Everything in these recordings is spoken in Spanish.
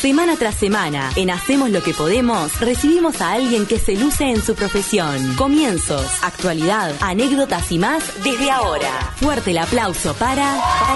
Semana tras semana, en Hacemos lo que podemos, recibimos a alguien que se luce en su profesión. Comienzos, actualidad, anécdotas y más desde ahora. Fuerte el aplauso para...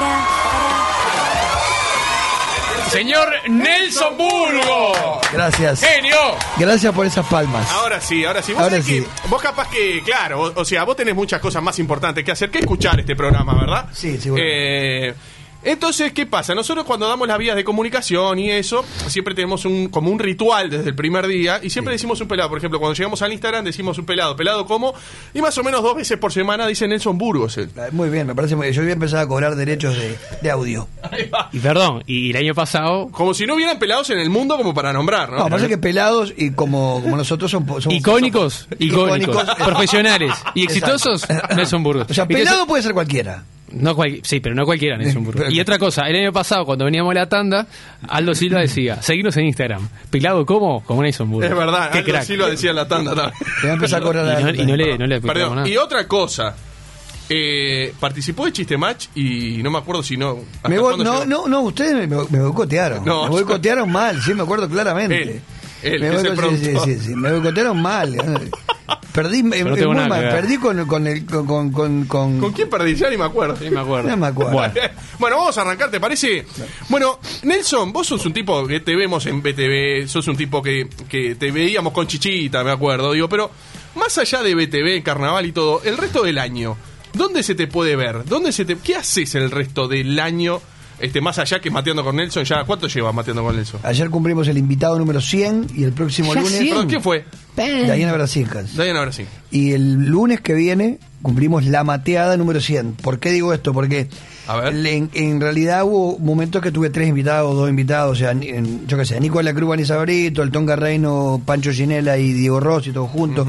Señor Nelson Burgos. Gracias. Genio. Gracias por esas palmas. Ahora sí. Vos, Ahora sí. Vos capaz que, claro, o sea, vos tenés muchas cosas más importantes que hacer que escuchar este programa, ¿verdad? Sí, bueno. Entonces, ¿qué pasa? Nosotros cuando damos las vías de comunicación y eso, siempre tenemos como un ritual desde el primer día y siempre decimos un pelado. Por ejemplo, cuando llegamos al Instagram decimos un pelado. ¿Pelado cómo? Y más o menos 2 veces por semana dice Nelson Burgos. Muy bien, me parece muy bien. Yo voy a empezar a cobrar derechos de audio. Ahí va. Y perdón, y el año pasado... Como si no hubieran pelados en el mundo como para nombrar, ¿no? No, pasa que pelados y como nosotros son Icónicos, profesionales y exitosos, Nelson Burgos. O sea, Y pelado puede ser cualquiera. sí, pero no cualquiera Nelson Burgos. Y otra cosa, el año pasado cuando veníamos a la tanda, Aldo Silva decía, seguinos en Instagram. ¿Pelado cómo? Como Nelson Burgos. Es verdad, Qué Aldo crack. Silva decía en la tanda también. Te va a empezar a cobrar Y no le Perdón, nada. y otra cosa. Participó de Chiste Match y no me acuerdo si no. No, ustedes me boicotearon. No, me boicotearon mal, sí, me acuerdo claramente. Él, que es el productor. Sí, me boicotearon mal. Perdí, no tengo nada que ver. perdí con ¿Con quién perdí? Ya ni me acuerdo. Sí, me acuerdo. No me acuerdo. Bueno, vamos a arrancar, ¿te parece? Bueno, Nelson, vos sos un tipo que te vemos en BTV, sos un tipo que te veíamos con Chichita, me acuerdo, digo, pero más allá de BTV, Carnaval y todo, el resto del año, ¿dónde se te puede ver? ¿Qué haces el resto del año? Más allá que Mateando con Nelson, ya ¿cuánto llevas Mateando con Nelson? Ayer cumplimos el invitado número 100 y el próximo ¿Ya lunes... 100? ¿Pero quién fue? Diana Brasilcas. Diana Brasil. Y el lunes que viene cumplimos la mateada número 100. ¿Por qué digo esto? Porque A ver. en realidad hubo momentos que tuve 3 invitados, 2 invitados, o sea, yo qué sé, Nicolás Cruz, Bani Sabrito, el Tonga Reino, Pancho Ginela y Diego Rossi, todos juntos,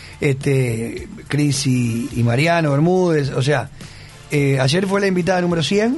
Cris y Mariano Bermúdez, o sea, ayer fue la invitada número 100,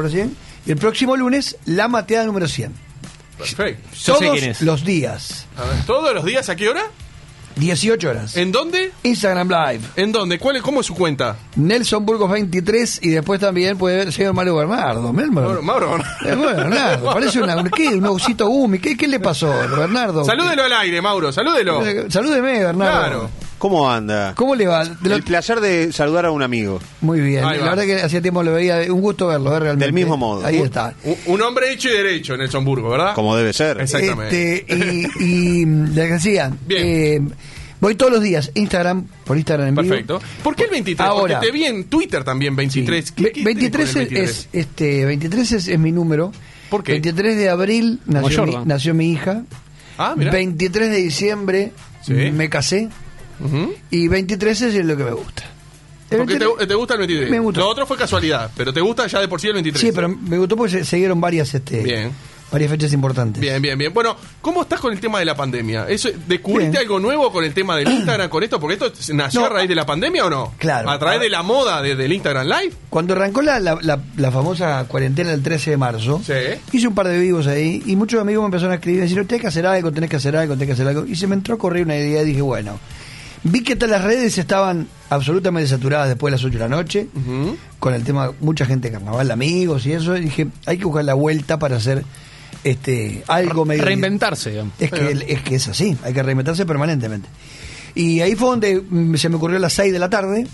y el próximo lunes la mateada número 100. Perfecto. Yo sé Todos quién es. los días, A ver, ¿todos los días a qué hora? 18 horas. ¿En dónde? Instagram Live. ¿En dónde? ¿Cómo es su cuenta? Nelson Burgos 23 y después también puede ver el señor Mario Bernardo. Mauro. Bernardo, parece un osito Gumi. ¿Qué le pasó, Bernardo? Salúdelo al aire, Mauro, salúdelo. Salúdeme, Bernardo. Claro. ¿Cómo anda? ¿Cómo le va? El placer de saludar a un amigo. Muy bien. Ahí va. La verdad que hacía tiempo lo veía. Un gusto verlo, realmente. Del mismo modo. Ahí está. Un hombre hecho y derecho, Nelson Burgos, ¿verdad? Como debe ser. Exactamente. Y le decía, Bien. voy todos los días por Instagram en vivo. Perfecto. ¿Por qué el 23? Ahora. Porque te vi en Twitter también, 23. Sí. ¿Qué tenés 23 con el 23? 23 es mi número. ¿Por qué? 23 de abril nació mi hija. Ah, mira. 23 de diciembre Sí. me casé. Ujú. Y 23 es lo que me gusta. ¿Por qué te gusta el 23? Me gusta. Lo otro fue casualidad, pero te gusta ya de por sí el 23. Sí, pero me gustó porque se siguieron varias fechas importantes. Bien. Bueno, ¿cómo estás con el tema de la pandemia? ¿Descubriste Bien. algo nuevo con el tema del Instagram, con esto? Porque esto nació No. a raíz de la pandemia o no? Claro. ¿A través de la moda del Instagram Live? Cuando arrancó la famosa cuarentena del 13 de marzo, Sí. hice un par de vivos ahí y muchos amigos me empezaron a escribir y decir, tenés que hacer algo. Y se me entró a correr una idea y dije, bueno, vi que todas las redes estaban absolutamente saturadas después de las 8 de la noche, con el tema, mucha gente de carnaval, amigos y eso, y dije, hay que buscar la vuelta para hacer algo medio... Reinventarse, digamos. Es que es así, hay que reinventarse permanentemente. Y ahí fue donde se me ocurrió a las 6 de la tarde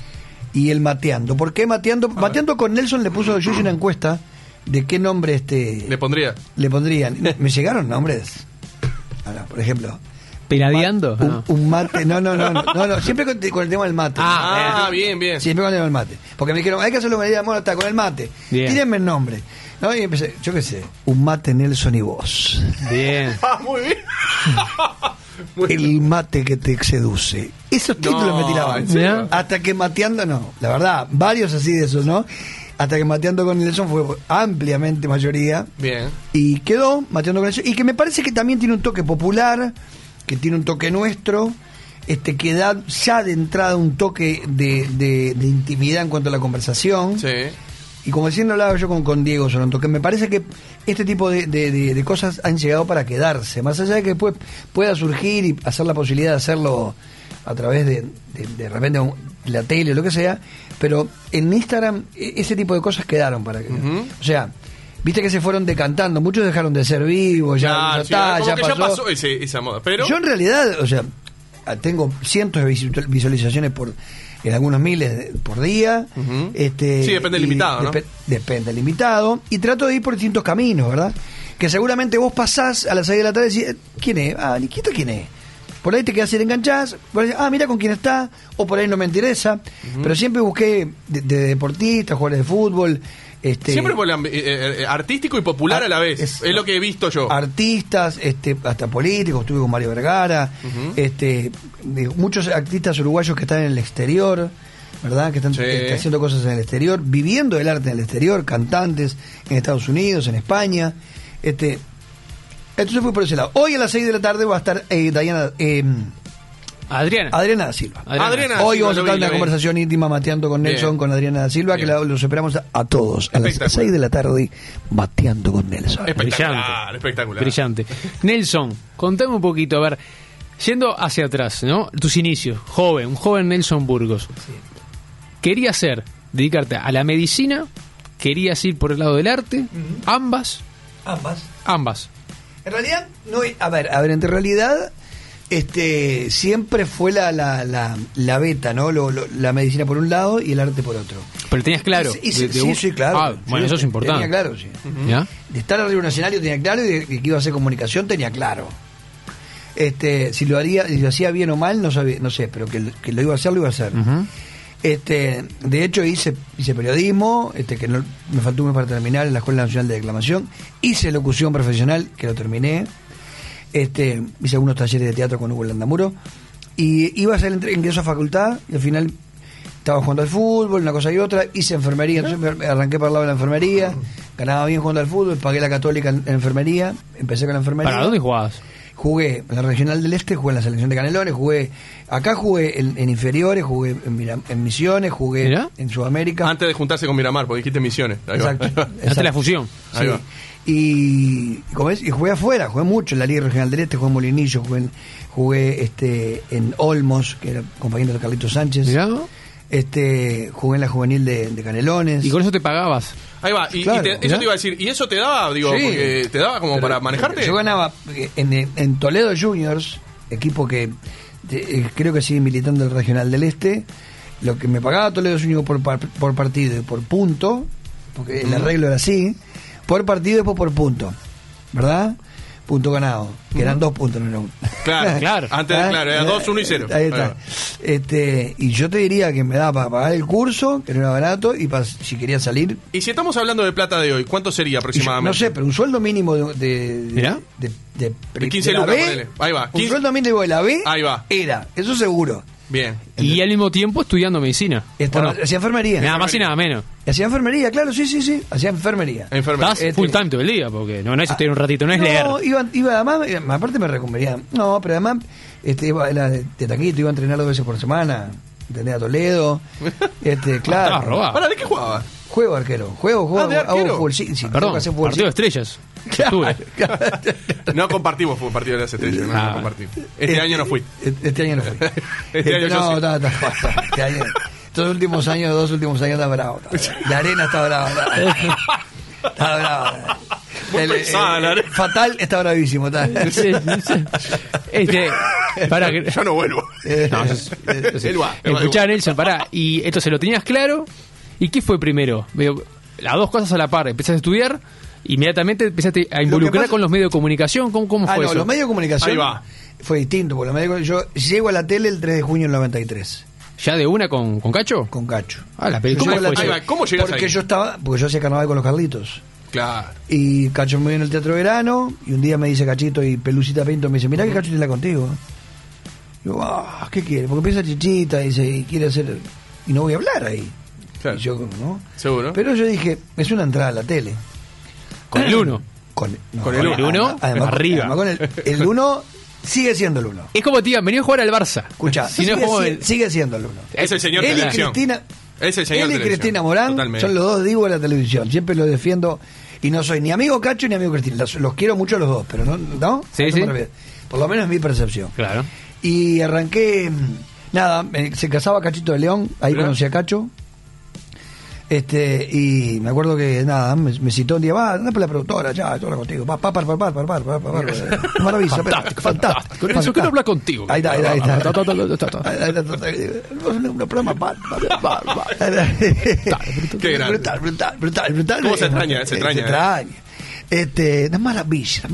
y el mateando. ¿Por qué mateando? Mateando con Nelson yo hice una encuesta de qué nombre Le pondría. le pondrían. Me llegaron nombres. Ahora, por ejemplo, ¿Peladeando? un mate. No, siempre con el tema del mate. Bien. Siempre con el tema del mate. Porque me dijeron, hay que hacerlo está con el mate. Bien. Tírenme el nombre. ¿No? Y empecé, yo qué sé, un mate Nelson y vos. Bien. Muy bien. Muy bien. El mate que te seduce. Esos títulos me tiraban. ¿en serio? Hasta que mateando, no. La verdad, varios así de esos, ¿no? Hasta que mateando con Nelson fue ampliamente mayoría. Bien. Y quedó mateando con Nelson. Y que me parece que también tiene un toque popular, que tiene un toque nuestro, que da ya de entrada un toque de intimidad en cuanto a la conversación. Sí. Y como recién hablaba yo con Diego Soronto, que me parece que este tipo de cosas han llegado para quedarse, más allá de que después pueda surgir y hacer la posibilidad de hacerlo a través de repente la tele o lo que sea, pero en Instagram ese tipo de cosas quedaron para que... O sea, viste que se fueron decantando, muchos dejaron de ser vivos, ya pasó esa moda. Pero yo en realidad, o sea, tengo cientos de visualizaciones en algunos miles por día. Sí, depende del invitado, ¿no? Depende del invitado. Y trato de ir por distintos caminos, ¿verdad? Que seguramente vos pasás a las 6 de la tarde y decís, ¿quién es? Nikita, ¿quién es? Por ahí te quedás enganchás, por ahí, mira con quién está, o por ahí no me interesa. Pero siempre busqué de deportistas, jugadores de fútbol. Siempre por artístico y popular a la vez. Es lo que he visto yo. Artistas, hasta políticos, estuve con Mario Vergara, muchos artistas uruguayos que están en el exterior, ¿verdad? Que están haciendo cosas en el exterior, viviendo el arte en el exterior, cantantes en Estados Unidos, en España. Entonces fui por ese lado. Hoy a las 6 de la tarde va a estar Adriana da Silva. Hoy vamos a estar en una conversación íntima mateando con Nelson, con Adriana da Silva, que los esperamos a todos a las 6 de la tarde mateando con Nelson. Espectacular. Brillante. Nelson, contame un poquito, a ver, yendo hacia atrás, ¿no? Tus inicios, un joven Nelson Burgos. Sí. ¿Querías dedicarte a la medicina? ¿Querías ir por el lado del arte? ¿Ambas? Ambas. En realidad, no, a ver, en realidad siempre fue la beta, ¿no? La medicina por un lado y el arte por otro. Pero tenías claro. Sí, claro. Bueno, eso es importante. Tenía claro, sí. ¿Ya? De estar arriba de un escenario tenía claro, y de que iba a hacer comunicación tenía claro. Si lo hacía bien o mal, no sé, pero que lo iba a hacer, lo iba a hacer. De hecho hice periodismo, que no, me faltó un mes para terminar en la Escuela Nacional de Declamación. Hice locución profesional, que lo terminé. Hice algunos talleres de teatro con Hugo Landamuro. Y iba a hacer el ingreso a facultad, y al final estaba jugando al fútbol, una cosa y otra. Hice enfermería, entonces me arranqué para el lado de la enfermería. Ganaba bien jugando al fútbol, pagué la Católica en enfermería. Empecé con la enfermería. ¿Para dónde jugabas? Jugué en la Regional del Este, jugué en la selección de Canelones, jugué en inferiores, jugué en Misiones, jugué en Sudamérica. Antes de juntarse con Miramar, porque dijiste Misiones. Exacto. Hasta la fusión. Sí. Y jugué afuera, jugué mucho en la Liga Regional del Este, jugué en Molinillo, jugué en Olmos, que era compañero de Carlitos Sánchez. ¿Mirá? Jugué en la juvenil de Canelones. ¿Y con eso te pagabas? Ahí va, eso te iba a decir, ¿y eso te daba, porque te daba como para manejarte? Yo ganaba en Toledo Juniors, equipo que creo que sigue militando el Regional del Este, lo que me pagaba Toledo Juniors por partido y por punto, porque el arreglo era así, por partido y después por punto, ¿verdad? Punto ganado, que eran 2 puntos, no era 1. Claro. Antes, era 2, 1 y 0. Ahí está. Y yo te diría que me daba para pagar el curso, que no era barato, y si quería salir. Y si estamos hablando de plata de hoy, ¿cuánto sería aproximadamente? No sé, pero un sueldo mínimo de 15 lucas, ponele. Ahí va. Un sueldo mínimo de la B. Ahí va. Era, eso seguro. Bien. Y al mismo tiempo estudiando medicina. Hacía enfermería. Nada más y nada menos. Hacía enfermería, claro, sí. Hacía enfermería. Estás full time todo el día, porque no es estudiar un ratito, no es leer. No, iba además, aparte me reconvenía. No, pero además, iba de taquito, iba a entrenar 2 veces por semana. Entendés, a Toledo. Claro. ¿De qué jugaba? Juego arquero. ¿de arquero? Fútbol, sí, perdón, partido de estrellas. No compartimos fue un partido de las estrellas, no compartimos. Este año no fui. Este año no fui. Este año no, este año. Estos últimos años, 2 últimos años está bravo. La arena está brava. Está brava. Fatal está bravísimo. Para que yo no vuelvo. Escuchá, Nelson, pará. Y esto se lo tenías claro. ¿Y qué fue primero? Las dos cosas a la par. Empezaste a estudiar, inmediatamente empezaste a involucrar con los medios de comunicación. ¿Cómo fue eso? Los medios de comunicación ahí va. Fue distinto. Porque yo llego a la tele el 3 de junio del 93. ¿Ya de una con Cacho? Con Cacho. ¿Cómo llegaste ahí? Porque yo hacía carnaval con los Carlitos. Claro. Y Cacho me vio en el Teatro Verano, y un día me dice Cachito y Pelucita Pinto me dice, mirá que Cacho tiene contigo. Y yo, ¿qué quiere? Porque empieza Chichita y dice, y quiere hacer... Y no voy a hablar ahí. Claro. Y yo, ¿no? ¿Seguro? Pero yo dije, es una entrada a la tele. ¿Con el 1? Con el 1, arriba. Además, con el 1 sigue siendo el 1. Es como te digan, vení a jugar al Barça. Escuchá, sigue siendo el 1. Es el señor él televisión. Él y Cristina Morán totalmente. Son los dos divos de la televisión. Siempre los defiendo. Y no soy ni amigo Cacho ni amigo Cristina. Los quiero mucho a los dos, pero no. Sí. Por lo menos es mi percepción. Claro. Y arranqué. Nada, se casaba Cachito de León. Ahí conocí a Cacho. Y me acuerdo que nada, me citó un día, va, anda por la productora, ya, yo hablo contigo, par. Maravilla, Fantástico. Eso quiero hablar contigo. Ahí está. Un programa, Qué grande. Brutal. ¿Cómo se extraña? Se extraña. Una maravilla.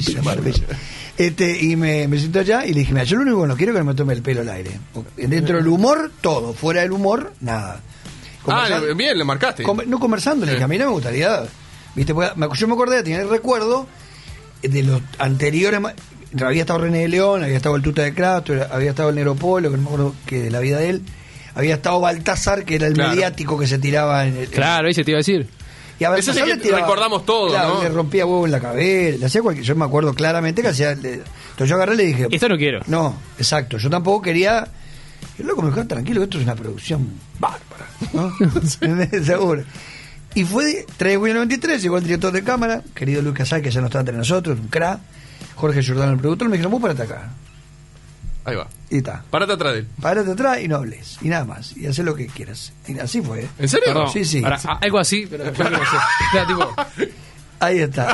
Y me siento allá y le dije, mira, yo lo único que no quiero es que no me tome el pelo al aire. Dentro del humor, todo. Fuera del humor, nada. Bien, le marcaste. No conversando, le dije, a mí no me gustaría. ¿Viste? Yo me acordé, tenía el recuerdo de los anteriores. Había estado René de León, había estado el Tuta de Crato, había estado el Nero Polo, que no me acuerdo que de la vida de él. Había estado Baltasar, que era el mediático que se tiraba en el. Claro, ahí se te iba a decir. Y a Ese es el que recordamos todos, claro, ¿no? Le rompía huevo en la cabeza, le hacía cualquier. Yo me acuerdo claramente que hacía. Entonces yo agarré y le dije. Esto no quiero. No, exacto. Yo tampoco quería. Y luego me dijo, tranquilo, esto es una producción bárbara, ¿no? Seguro. Y fue 3 de junio del 93, llegó el director de cámara, querido Luis Casal, que ya no está entre nosotros, un crack, Jorge Giordano, el productor, me dijeron, vos parate acá. Ahí va. Y está. Párate atrás de él. Párate atrás y no hables, y nada más, y haz lo que quieras. Y así fue. ¿En serio? Perdón. Sí. Ahora, algo así, pero yo creo que sí. O sea, tipo, Ahí está.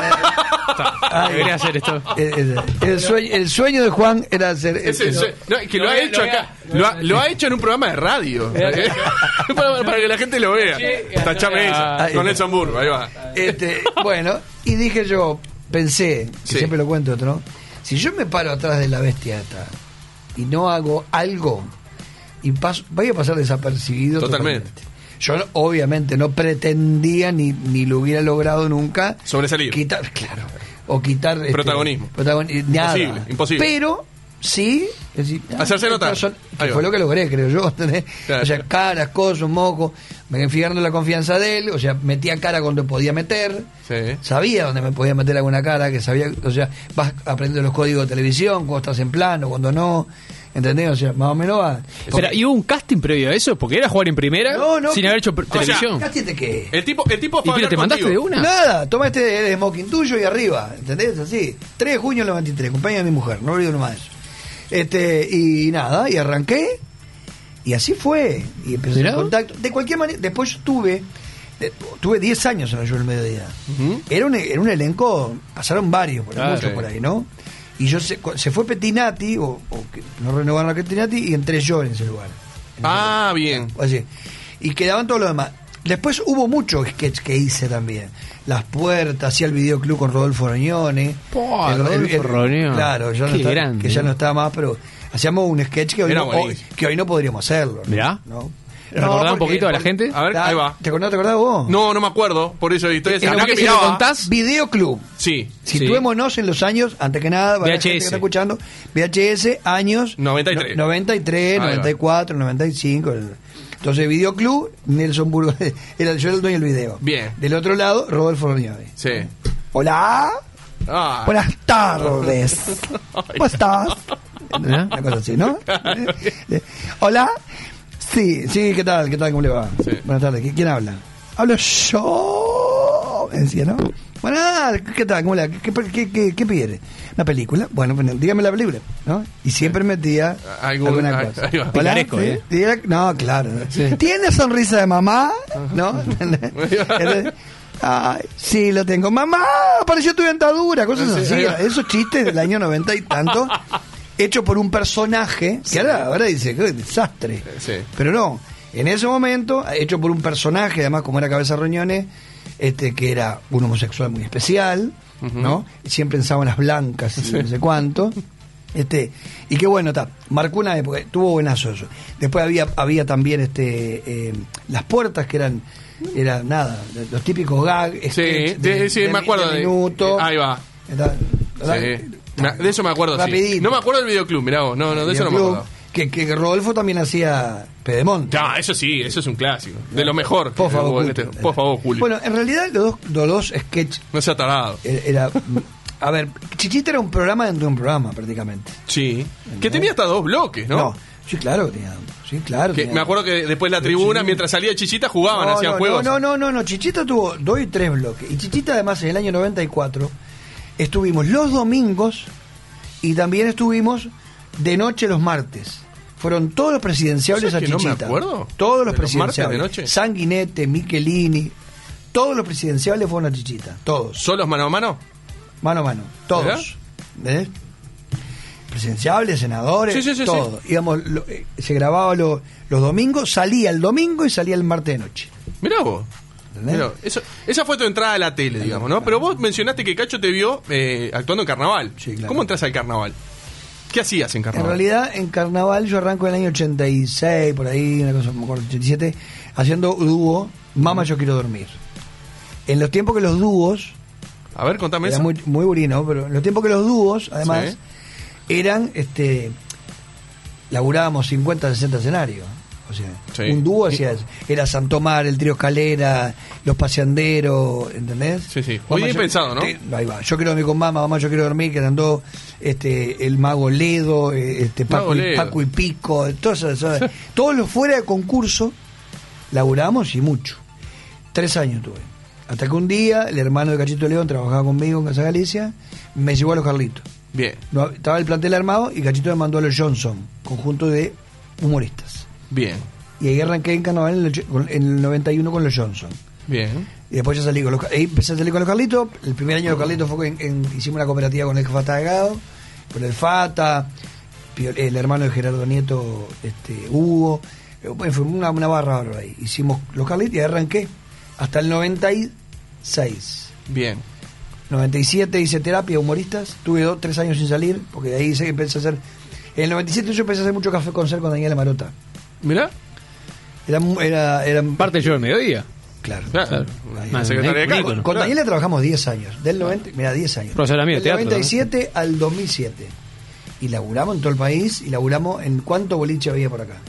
debería hacer esto. El sueño de Juan era hacer que lo ha hecho acá. Lo ha hecho en un programa de radio. para que la gente lo vea. Tachame esa. Con Nelson Burgo. Ahí va. Bueno, y dije yo, pensé, que siempre lo cuento, ¿no? Si yo me paro atrás de la bestia esta y no hago algo y voy a pasar desapercibido totalmente. Yo obviamente no pretendía ni lo hubiera logrado nunca sobresalir, quitar quitar protagonismo, nada. Imposible. Pero sí, es decir, hacerse notar, que fue lo que logré, creo yo. Claro. O sea, caras, cosas, moco, me fui ganando la confianza de él, o sea, metía cara cuando podía meter, sabía dónde me podía meter alguna cara, que sabía, o sea, vas aprendiendo los códigos de televisión, cuando estás en plano, cuando no. ¿Entendés? O sea, más o menos va. Espera, ¿y hubo un casting previo a eso? Porque era jugar en primera sin haber hecho televisión. ¿Casting de qué? El tipo fue ¿y pero te mandaste de una? Nada, toma el smoking tuyo y arriba. ¿Entendés? Así. 3 de junio del 93, compañía de mi mujer, no olvido nomás eso. Y nada, y arranqué. Y así fue. Y empecé en contacto. De cualquier manera, después yo tuve 10 años en el show del mediodía. Era un elenco, pasaron varios, muchos por ahí, ¿no? Y se fue Pettinati, o que no renovaron a Pettinati, y entré yo en ese lugar. Bien. Así. Y quedaban todos los demás. Después hubo muchos sketch que hice también. Las Puertas, hacía el videoclub con Rodolfo Rognone. Rodolfo Rognone. Claro, que ya no está más, pero hacíamos un sketch que hoy no podríamos hacerlo. ¿Mirá? ¿No? ¿Recordás un poquito a la gente? A ver, ahí va. ¿Te acordás vos? No me acuerdo, por eso estoy haciendo. ¿Qué lo contás? Videoclub. Sí. Situémonos en los años, antes que nada, para la gente que está escuchando, VHS, años 93, 94, 95. Entonces, Videoclub, Nelson Burgo, yo era el dueño del video. Bien. Del otro lado, Rodolfo Rognone. Sí. Hola. Buenas tardes. ¿Cómo estás? Una cosa así, ¿no? Hola. Sí, ¿qué tal? ¿Cómo le va? Sí. Buenas tardes, ¿quién habla? Hablo yo, me decía, ¿no? Bueno, ¿qué tal? ¿Cómo le va? ¿Qué pide? ¿Una película? Bueno, dígame la película, ¿no? Y siempre metía alguna cosa. Hola, picaresco, ¿sí? No, claro. Sí. ¿Tiene sonrisa de mamá? ¿No? Ay, sí, lo tengo. Mamá, apareció tu dentadura, cosas así. Esos chistes del año 90 y tanto. Hecho por un personaje que ahora dice, qué desastre. Sí. Pero no, en ese momento, hecho por un personaje, además como era Cabeza Rognone, que era un homosexual muy especial, ¿no? Y siempre en sábanas blancas y no sé cuánto. Y que bueno, marcó una época, tuvo buenazo eso. Después había también Las Puertas, que eran nada, los típicos gags. Sí, me acuerdo de minuto. Ahí va. De eso me acuerdo, rapidito. Sí. No me acuerdo del videoclub, mirá vos. No, de eso no me acuerdo. Que Rodolfo también hacía Pedemonte. Eso sí, eso es un clásico. De lo mejor. Por favor, Julio. Bueno, en realidad los dos sketches. No sea tarado. A ver, Chichita era un programa dentro de un programa, prácticamente. Sí. Que tenía hasta 2 bloques, ¿no? Sí, claro que tenía. Sí, claro. Me acuerdo que después la tribuna, mientras salía Chichita, jugaban, hacían juegos. No. Chichita tuvo 2 y 3 bloques. Y Chichita, además, en el año 94, estuvimos los domingos y también estuvimos de noche los martes. fueron todos los presidenciables a ¿Sabes que no Chichita. me acuerdo? Todos los ¿De los martes de presidenciables. noche? Sanguinetti, Michelini, todos los presidenciables fueron a Chichita. Todos. ¿Solos mano a mano? Mano a mano. Todos. ¿Ves? Presidenciables, senadores, Sí. todo. Íbamos, se grababa los domingos, salía el domingo y salía el martes de noche. Mirá vos. ¿Entendés? Mirá, esa fue tu entrada a la tele, digamos, ¿no? Pero vos mencionaste que Cacho te vio actuando en carnaval. Sí, claro. ¿Cómo entras al carnaval? ¿Qué hacías en En carnaval? realidad, en carnaval yo arranco en el año 86, por ahí, una cosa, me acuerdo, 87, haciendo dúo, Mamá, yo quiero dormir. En los tiempos que los dúos, A ver, contame era eso. muy burino, pero en los tiempos que los dúos, además, Sí. eran, laburábamos 50, 60 escenarios. O sea, Sí. un dúo hacía eso. Era Santomar, el Trío Escalera, Los Paseanderos, ¿entendés? Sí. Muy bien pensado, ¿no? Ahí va. Yo quiero dormir con mamá, yo quiero dormir, que eran dos, el Mago Ledo, Mago Ledo. Paco y Pico, todos los fuera de concurso, laburamos y mucho. 3 años tuve. Hasta que un día, el hermano de Cachito León trabajaba conmigo en Casa Galicia, me llevó a los Carlitos. Bien, No, estaba el plantel armado y Cachito me mandó a los Johnson, conjunto de humoristas. bien, Y ahí arranqué en carnaval en el 91 con los Johnson. bien. Y después ya salí ahí empecé a salir con los Carlitos. El primer año de los Carlitos fue hicimos una cooperativa con el Fata Delgado, con el Fata, el hermano de Gerardo Nieto, Hugo. Bueno, fue una barra bárbara ahí. Hicimos los Carlitos y ahí arranqué hasta el 96. Bien. 97 hice terapia, humoristas. Tuve 3 años sin salir, porque de ahí empecé a hacer. En el 97 yo empecé a hacer mucho café con con Daniela Marota. Mirá. Era Parte yo del mediodía. claro. Claro. Ahí. La secretaria de Un Carlos. ícono. Con Claro. Daniela trabajamos 10 años. Del 90, mira, 10 años. Profesora mía de Del teatro, 97 al 2007. Y laburamos en todo el país, y laburamos en cuánto boliche había por acá.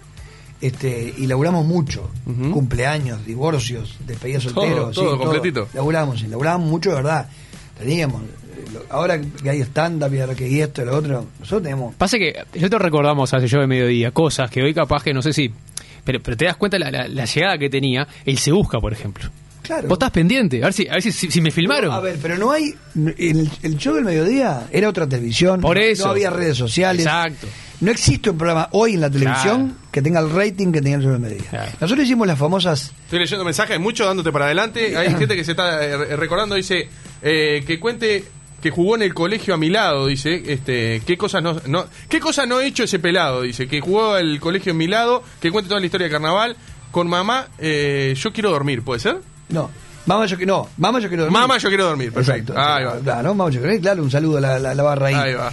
Y laburamos mucho. Ujú. Cumpleaños, divorcios, despedidas solteros. Todo completito. Laburamos mucho de verdad. Teníamos. Ahora que hay stand-up y ahora que hay esto y lo otro, nosotros tenemos. Pasa que nosotros recordamos hace yo de mediodía cosas que hoy capaz que no sé si... Pero te das cuenta la llegada que tenía el Se Busca, por ejemplo. Claro. Vos estás pendiente, a ver si me filmaron. A ver, pero no hay. El show del mediodía era otra televisión. Por eso. No había redes sociales. Exacto. No existe un programa hoy en la televisión Claro. que tenga el rating que tenía el show del mediodía. Claro. Nosotros hicimos las famosas. Estoy leyendo mensajes, mucho dándote para adelante. Hay gente que se está recordando, dice, que cuente que jugó en el colegio a mi lado, dice, qué cosas qué cosas no he hecho ese pelado, dice, que jugó el colegio a mi lado, que cuente toda la historia de carnaval, con mamá, yo quiero dormir, ¿puede ser? No. Mamá, yo quiero dormir. Mamá, yo quiero dormir, perfecto. Exacto. Ahí va. Claro, mamá, yo quiero dormir. Claro, un saludo a la barra ahí. Ahí va.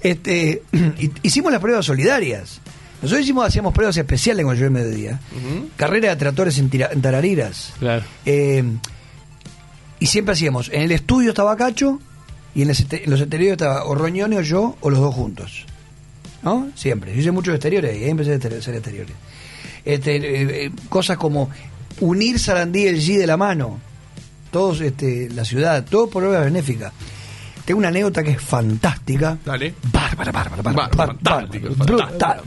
Hicimos las pruebas solidarias. Nosotros hacíamos pruebas especiales con el show del mediodía. Ujú. Carrera de tractores en Tarariras. Claro. Y siempre hacíamos, en el estudio estaba Cacho y en los exteriores estaba o Roñone o yo o los dos juntos. ¿No? Siempre. Yo hice muchos exteriores y ahí empecé a hacer exteriores. Cosas como unir Sarandí y el G de la mano. Todos, la ciudad, todo por obra benéfica. Tengo una anécdota que es fantástica. Dale. Bárbara. Fantástico, Brutal.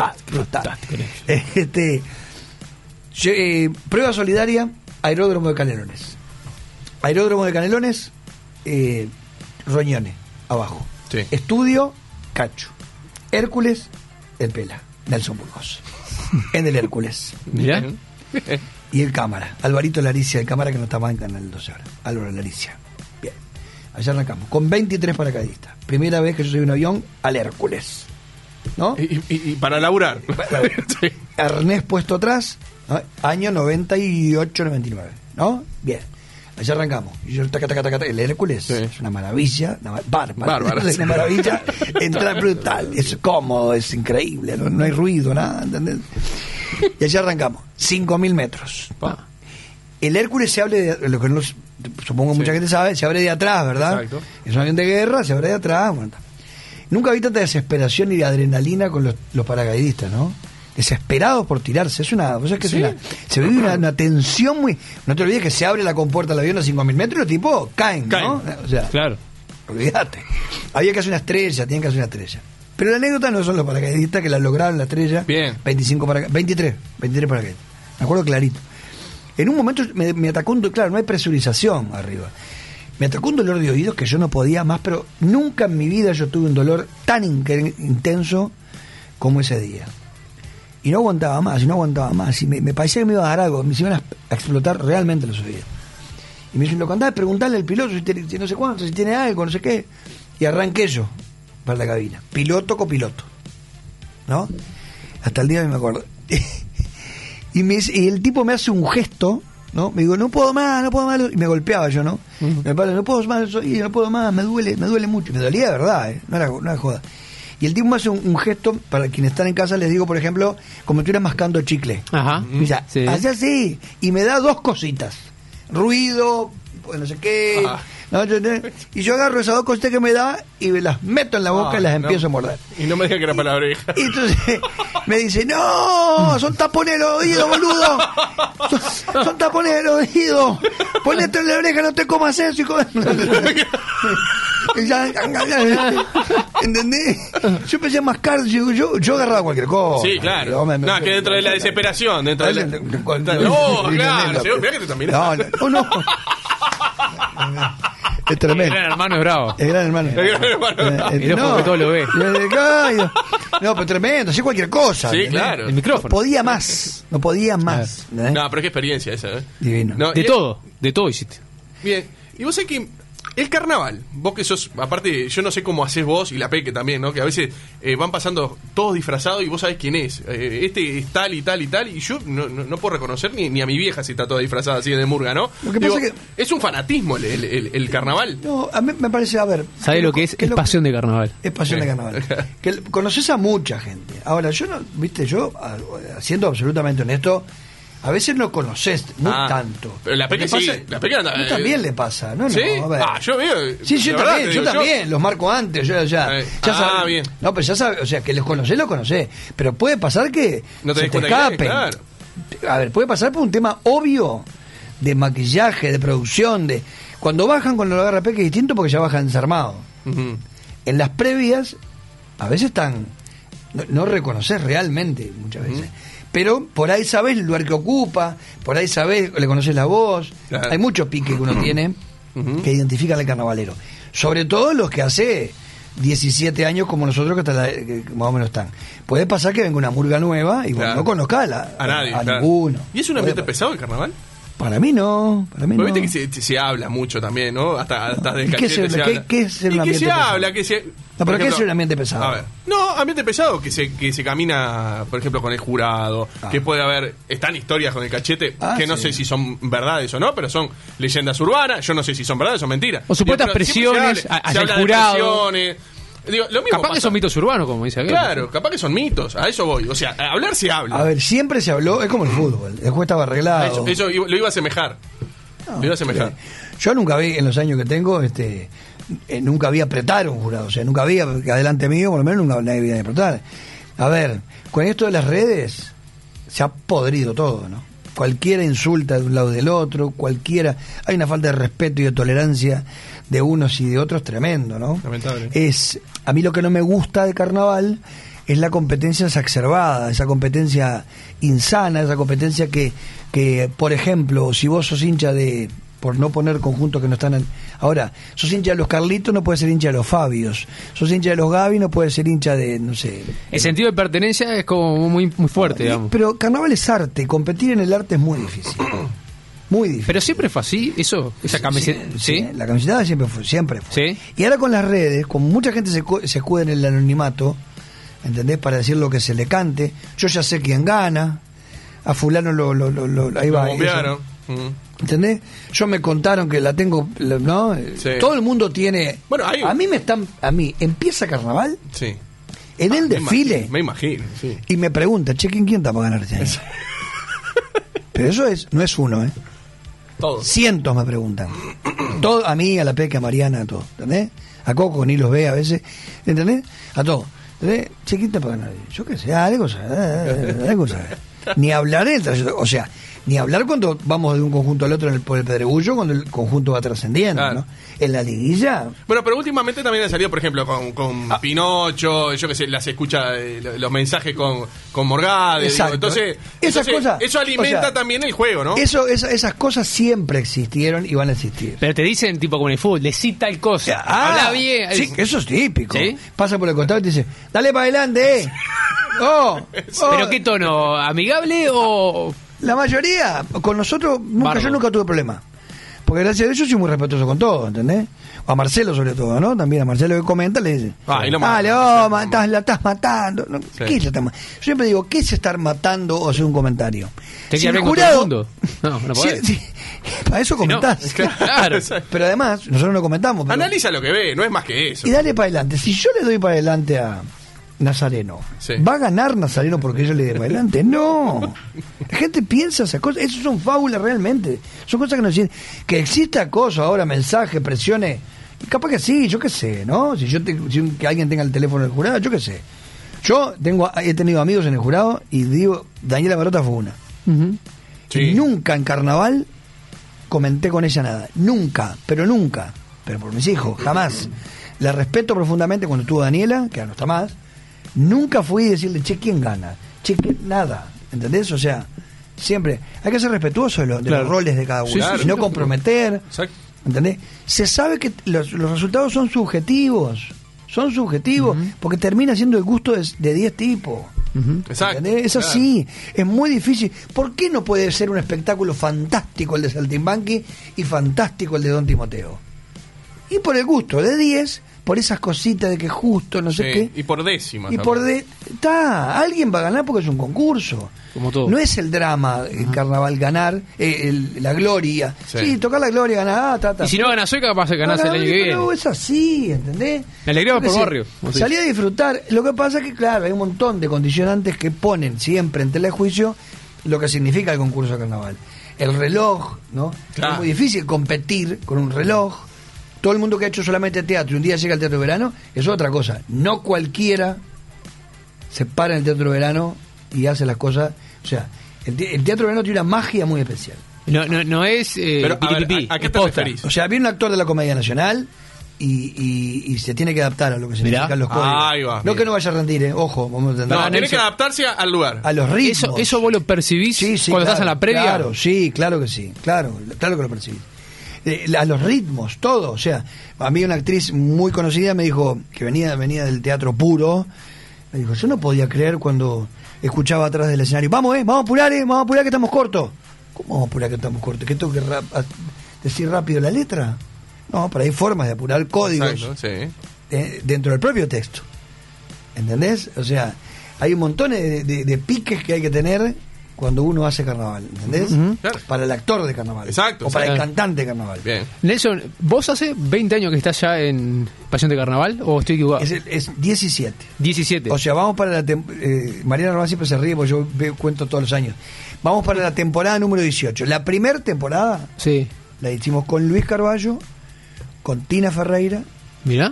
Prueba solidaria, Aeródromo de Canelones. Aeródromo de Canelones, Roñone, abajo. Sí. Estudio, Cacho. Hércules, el Pela, Nelson Burgos. En el Hércules. Mirá. Bien. Y el cámara, Alvarito Laricia, el cámara que no estaba en Canal 12 ahora. Álvaro Laricia. Bien. Allá arrancamos. Con 23 paracaidistas. Primera vez que yo subí un avión al Hércules. ¿No? Y para laburar. Sí. Arnés puesto atrás, ¿no? Año 98-99, ¿no? Bien. Allá arrancamos. Y yo, taca. El Hércules Sí. es una maravilla, Bárbara, es sí. una maravilla. Entrar brutal, es cómodo, es increíble, no hay ruido, nada, ¿entendés? Y allá arrancamos, 5.000 metros. Pa. El Hércules se abre de, lo que no, supongo Sí. mucha gente sabe, se abre de atrás, ¿verdad? Exacto. Es un avión de guerra, se abre de atrás. Bueno, nunca vi tanta desesperación y de adrenalina con los paracaidistas, ¿no? Desesperados por tirarse. Es una, ¿vos sabés que Sí. es una, se vive una tensión muy. No te olvides que se abre la compuerta del avión a 5.000 metros y los tipos caen, ¿no? O sea, Claro. olvídate. Había que hacer una estrella, tenían que hacer una estrella. Pero la anécdota no son los paracaidistas que la lograron la estrella. Bien. 23 paracaidistas. Me acuerdo clarito. En un momento me atacó claro, no hay presurización arriba. Me atacó un dolor de oídos que yo no podía más, pero nunca en mi vida yo tuve un dolor tan intenso como ese día. y no aguantaba más, y me parecía que me iba a dar algo, me iban a explotar realmente los oídos. Y me dice, loco, andá a preguntarle al piloto si no sé cuánto, si tiene algo, no sé qué. Y arranqué yo para la cabina, piloto, copiloto, ¿no? Hasta el día de hoy me acuerdo. y el tipo me hace un gesto, ¿no? Me digo, no puedo más, y me golpeaba yo, ¿no? Me parece, no puedo más, no puedo más, me duele mucho, me dolía de verdad, no era joda. Y el tipo me hace un gesto, para quienes están en casa les digo, por ejemplo, como si estuviera mascando chicle. Ajá. Y dice, Sí. hace así, y me da 2 cositas, ruido, pues no sé qué, ¿no? Y yo agarro esas 2 cositas que me da y me las meto en la boca y las empiezo a morder. Y no me diga que era para la oreja. Y entonces me dice, no, son tapones de los oídos, boludo. Son tapones de los oídos. Ponete en la oreja, no te comas eso. ¿Entendés? Yo empecé a mascar, yo agarraba cualquier cosa. Sí, claro. No, que dentro de la desesperación, dentro de la... No, claro, mirá que te también. No. Es tremendo. El gran hermano es bravo. El gran hermano. El ojo que todo lo ve. No, pero tremendo, hacía cualquier cosa. Sí, claro. El micrófono. No podía más. No, pero qué experiencia esa, ¿eh? Divino. No, De todo hiciste. Bien. Y vos sabés que el carnaval, vos que sos, aparte, yo no sé cómo haces vos y la Peque también, ¿no? Que a veces van pasando todos disfrazados y vos sabés quién es. Este es tal y tal y tal, y yo no puedo reconocer ni a mi vieja si está toda disfrazada así de murga, ¿no? Lo que pasa es es un fanatismo el carnaval. No, a mí me parece, a ver. ¿Sabés lo que es? Es pasión de carnaval. Es pasión de carnaval. Que conoces a mucha gente. Ahora, yo siendo absolutamente honesto, a veces no conoces tanto. Pero la Peque sí. La Peque anda, también le pasa, ¿no? ¿Sí? A ver. Yo veo. Sí, yo de verdad también, te yo digo, también, los marco antes, yo ya sabes. bien. No, pero ya sabes, o sea, que los conocés, pero puede pasar que No te se des te cuenta que escapen. claro. A ver, puede pasar por un tema obvio de maquillaje, de producción, de cuando bajan con lo agarra Peque es distinto porque ya bajan desarmados. Ujú. En las previas a veces no reconoces realmente muchas veces. Pero por ahí sabés el lugar que ocupa, por ahí sabés, le conoces la voz. Claro. Hay muchos piques que uno tiene que identifican al carnavalero. Sobre todo los que hace 17 años como nosotros que más o menos están. Puede pasar que venga una murga nueva y Claro. no conozca A nadie. a claro. ninguno. ¿Y es un ambiente pesado el carnaval? Para mí no. Porque viste que se habla mucho también, ¿no? Hasta del ¿Y qué cachete es- se qué- habla. qué es el Y que ambiente se pesado? habla, que se... No, por pero ¿qué ejemplo, es un ambiente pesado? A ver. No, ambiente pesado que se camina, por ejemplo, con el jurado, que puede haber... Están historias con el cachete, que no sí. sé si son verdades o no, pero son leyendas urbanas, yo no sé si son verdades o mentiras. O supuestas Digo, pero siempre presiones se hacia el habla de jurado. presiones. Digo, lo mismo Capaz que pasa. son mitos urbanos, como dice aquel. Claro, capaz que son mitos, a eso voy. O sea, a hablar se habla. A ver, siempre se habló, es como el fútbol, el juez estaba arreglado. Eso lo iba a asemejar. Lo iba a asemejar. Yo nunca vi, en los años que tengo, nunca vi apretar a un jurado, o sea, nunca vi que adelante mío, por lo menos nunca nadie vi apretar. A ver, con esto de las redes se ha podrido todo, ¿no? Cualquiera insulta de un lado del otro, hay una falta de respeto y de tolerancia de unos y de otros tremendo, ¿no? Lamentable. A mí lo que no me gusta de carnaval es la competencia exacerbada, esa competencia insana, esa competencia que por ejemplo, si vos sos hincha por no poner conjuntos que no están ahora, sos hincha de los Carlitos, no puedes ser hincha de los Fabios, sos hincha de los Gaby, no puedes ser hincha de, no sé. El sentido de pertenencia es como muy fuerte, digamos. Pero carnaval es arte, competir en el arte es muy difícil. Muy difícil. Pero siempre fue así, esa camiseta. ¿Sí? La camiseta siempre fue. ¿Sí? Y ahora con las redes, como mucha gente se escuda en el anonimato, ¿entendés? Para decir lo que se le cante, yo ya sé quién gana, a fulano ahí va. Lo bombearon. ¿Entendés? Yo me contaron que la tengo, ¿no? Sí. Todo el mundo tiene. Bueno, hay- a mí empieza carnaval Sí. en el desfile Me imagino, sí. y me pregunta, che, ¿quién está para ganar este año? Pero eso no es uno, ¿eh? Todos. Cientos me preguntan. Todo, a mí, a la Peca, a Mariana, a todos. ¿Entendés? A Coco ni los ve a veces. ¿Entendés? A todos. ¿Entendés? Che, ¿quién está para ganar? Yo qué sé, algo sabe. Ni hablar en el trayecto, o sea, ni hablar cuando vamos de un conjunto al otro por el pedregullo, cuando el conjunto va trascendiendo, Claro. ¿no? En la liguilla, Bueno, pero últimamente también ha salido, por ejemplo, con Pinocho, yo que sé, las escucha los mensajes con Morgade. Exacto. Entonces, Esas cosas, eso alimenta o sea, también el juego, ¿no? esas cosas siempre existieron y van a existir. Pero te dicen, tipo como en el fútbol, decí tal cosa. Habla bien. Sí, eso es típico. ¿Sí? Pasa por el costado y te dice, dale para adelante, ¿Pero qué tono? ¿Amigable o...? La mayoría, con nosotros, Bardo. yo nunca tuve problema. Porque gracias a Dios yo soy muy respetuoso con todo, ¿entendés? O a Marcelo sobre todo, ¿no? También a Marcelo que comenta le dice, Y lo dale, mata. la estás matando. No, Sí. ¿qué es la estás matando? Yo siempre digo, ¿qué es estar matando o hacer un comentario? ¿Te Si quieres el con todo el mundo? No, no podés. para eso comentás. Claro. Pero además, nosotros no comentamos. Pero, Analiza lo que ve, no es más que eso. y dale para adelante. Si yo le doy para adelante a Nazareno, Sí. ¿va a ganar Nazareno porque yo le dé para adelante? No. La gente piensa esas cosas. Eso son fábulas realmente. Son cosas que no existen. Que exista acoso ahora, mensajes, presiones. Y capaz que sí, yo qué sé, ¿no? Si que alguien tenga el teléfono del jurado, yo qué sé. Yo he tenido amigos en el jurado y digo, Daniela Barota fue una. Sí. Y nunca en carnaval comenté con ella nada. Nunca, pero nunca. Pero por mis hijos, jamás. La respeto profundamente cuando estuvo Daniela, que ya no está más. Nunca fui a decirle, che, ¿quién gana? Che, nada. ¿Entendés? O sea, siempre hay que ser respetuoso de Claro. los roles de cada uno. Sí, sí, y no sí, comprometer. Exacto. ¿Entendés? Se sabe que los resultados son subjetivos. Son subjetivos, porque termina siendo el gusto de 10 tipos. Exacto. ¿Entendés? Es Claro. así, es muy difícil. ¿Por qué no puede ser un espectáculo fantástico el de Saltimbanqui y fantástico el de Don Timoteo? Y por el gusto de 10, por esas cositas de que justo, no sé Sí, qué. y por décimas. Y por alguien va a ganar porque es un concurso. Como todo. No es el drama, el carnaval ganar, la gloria. Sí. Sí, tocar la gloria, ganar, Y si no ganas hoy, capaz de ganarse el año que viene. No, es así, ¿entendés? La alegría va Yo qué por sé, barrio, como se Salí a disfrutar. Lo que pasa es que, claro, hay un montón de condicionantes que ponen siempre en tela de juicio lo que significa el concurso de carnaval. El reloj, ¿no? Claro. Es muy difícil competir con un reloj. Todo el mundo que ha hecho solamente teatro y un día llega al teatro de verano es otra cosa. No cualquiera se para en el teatro de verano y hace las cosas. O sea, el teatro de verano tiene una magia muy especial. No es Pero, a ver, piripipí, ¿a qué es te posta. referís? O sea, viene un actor de la Comedia Nacional y se tiene que adaptar a lo que significan los códigos. Ahí va, No bien. que no vaya a rendir, ojo, vamos a entender. No, tiene Nelson. que adaptarse al lugar. A los ritmos. ¿Eso vos lo percibís Sí, cuando claro, estás en la previa? Claro, sí, claro que sí. Claro que lo percibís. A los ritmos, todo. O sea, a mí una actriz muy conocida me dijo, que venía del teatro puro, me dijo, yo no podía creer cuando escuchaba atrás del escenario, vamos a apurar que estamos cortos. ¿Cómo vamos a apurar que estamos cortos? ¿Que tengo que decir rápido la letra? No, pero hay formas de apurar códigos Exacto, sí. dentro del propio texto. ¿Entendés? O sea, hay un montón de piques que hay que tener cuando uno hace carnaval, ¿entendés? Claro. Para el actor de carnaval. Exacto, O para el exacto. cantante de carnaval. Bien. Nelson, ¿vos hace 20 años que estás ya en Pasión de Carnaval o estoy equivocado? Es 17. 17. O sea, vamos para la Mariana Román siempre se ríe porque yo cuento todos los años. Vamos para la temporada número 18. La primera temporada Sí. la hicimos con Luis Carballo, con Tina Ferreira, Mirá.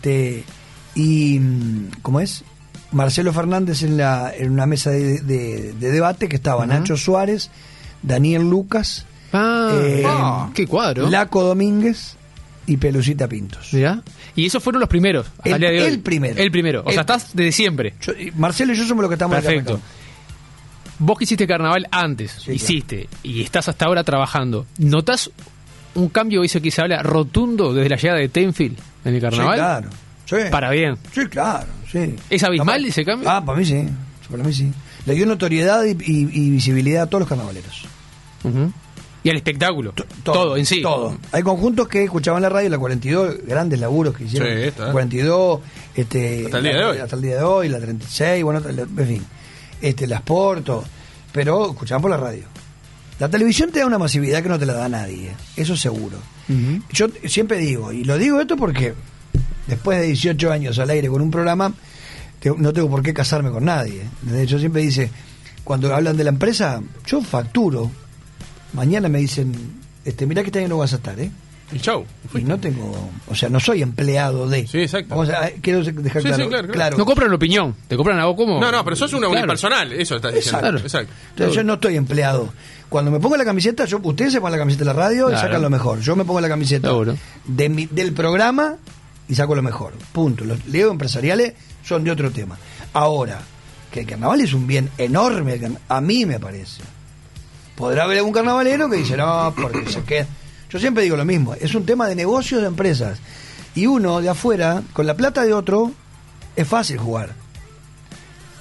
y ¿cómo es? Marcelo Fernández en una mesa de debate que estaba Nacho Suárez, Daniel Lucas, Qué cuadro. Laco Domínguez y Pelucita Pintos. Mirá. Y esos fueron los primeros. Hasta el día de hoy. el primero. El primero. O sea, El- estás desde siempre. Marcelo y yo somos los que estamos acá Perfecto. arrancando. Vos que hiciste carnaval antes, Sí, hiciste, y estás hasta ahora trabajando. ¿Notás un cambio, eso que se habla, rotundo desde la llegada de Tenfield en el carnaval? Sí, claro. Sí. Para bien. Sí, claro, sí. ¿Es abismal Capaz- ese cambio? Ah, para mí sí. Para mí sí. Le dio notoriedad y visibilidad a todos los carnavaleros. Ujú. Y al espectáculo. Todo en sí. Todo. Hay conjuntos que escuchaban la radio, la 42, grandes laburos que hicieron. Sí, está. La 42, Hasta el día de hoy. Hasta el día de hoy, la 36, bueno, en fin. Las Porto, pero escuchaban por la radio. La televisión te da una masividad que no te la da nadie, eso seguro. Ujú. Yo siempre digo, y lo digo esto porque después de 18 años al aire con un programa, no tengo por qué casarme con nadie. De hecho, siempre dice, cuando hablan de la empresa, yo facturo. Mañana me dicen, mirá que este año no vas a estar, ¿eh? El show. Y no tengo, o sea, no soy empleado de. Sí, exacto. Quiero dejar Sí, claro. sí, claro. No compran opinión, te compran algo como. No, pero sos una Claro. unipersonal, eso estás diciendo. Exacto. Exacto. Entonces, yo no estoy empleado. Cuando me pongo la camiseta, ustedes se ponen la camiseta de la radio y Claro. sacan lo mejor. Yo me pongo la camiseta Seguro. del programa y saco lo mejor. Punto. Los leos empresariales son de otro tema. Ahora, que el carnaval es un bien enorme, a mí me parece. Podrá haber algún carnavalero que dice, no, porque se queda. Yo siempre digo lo mismo, es un tema de negocios de empresas. Y uno de afuera, con la plata de otro, es fácil jugar.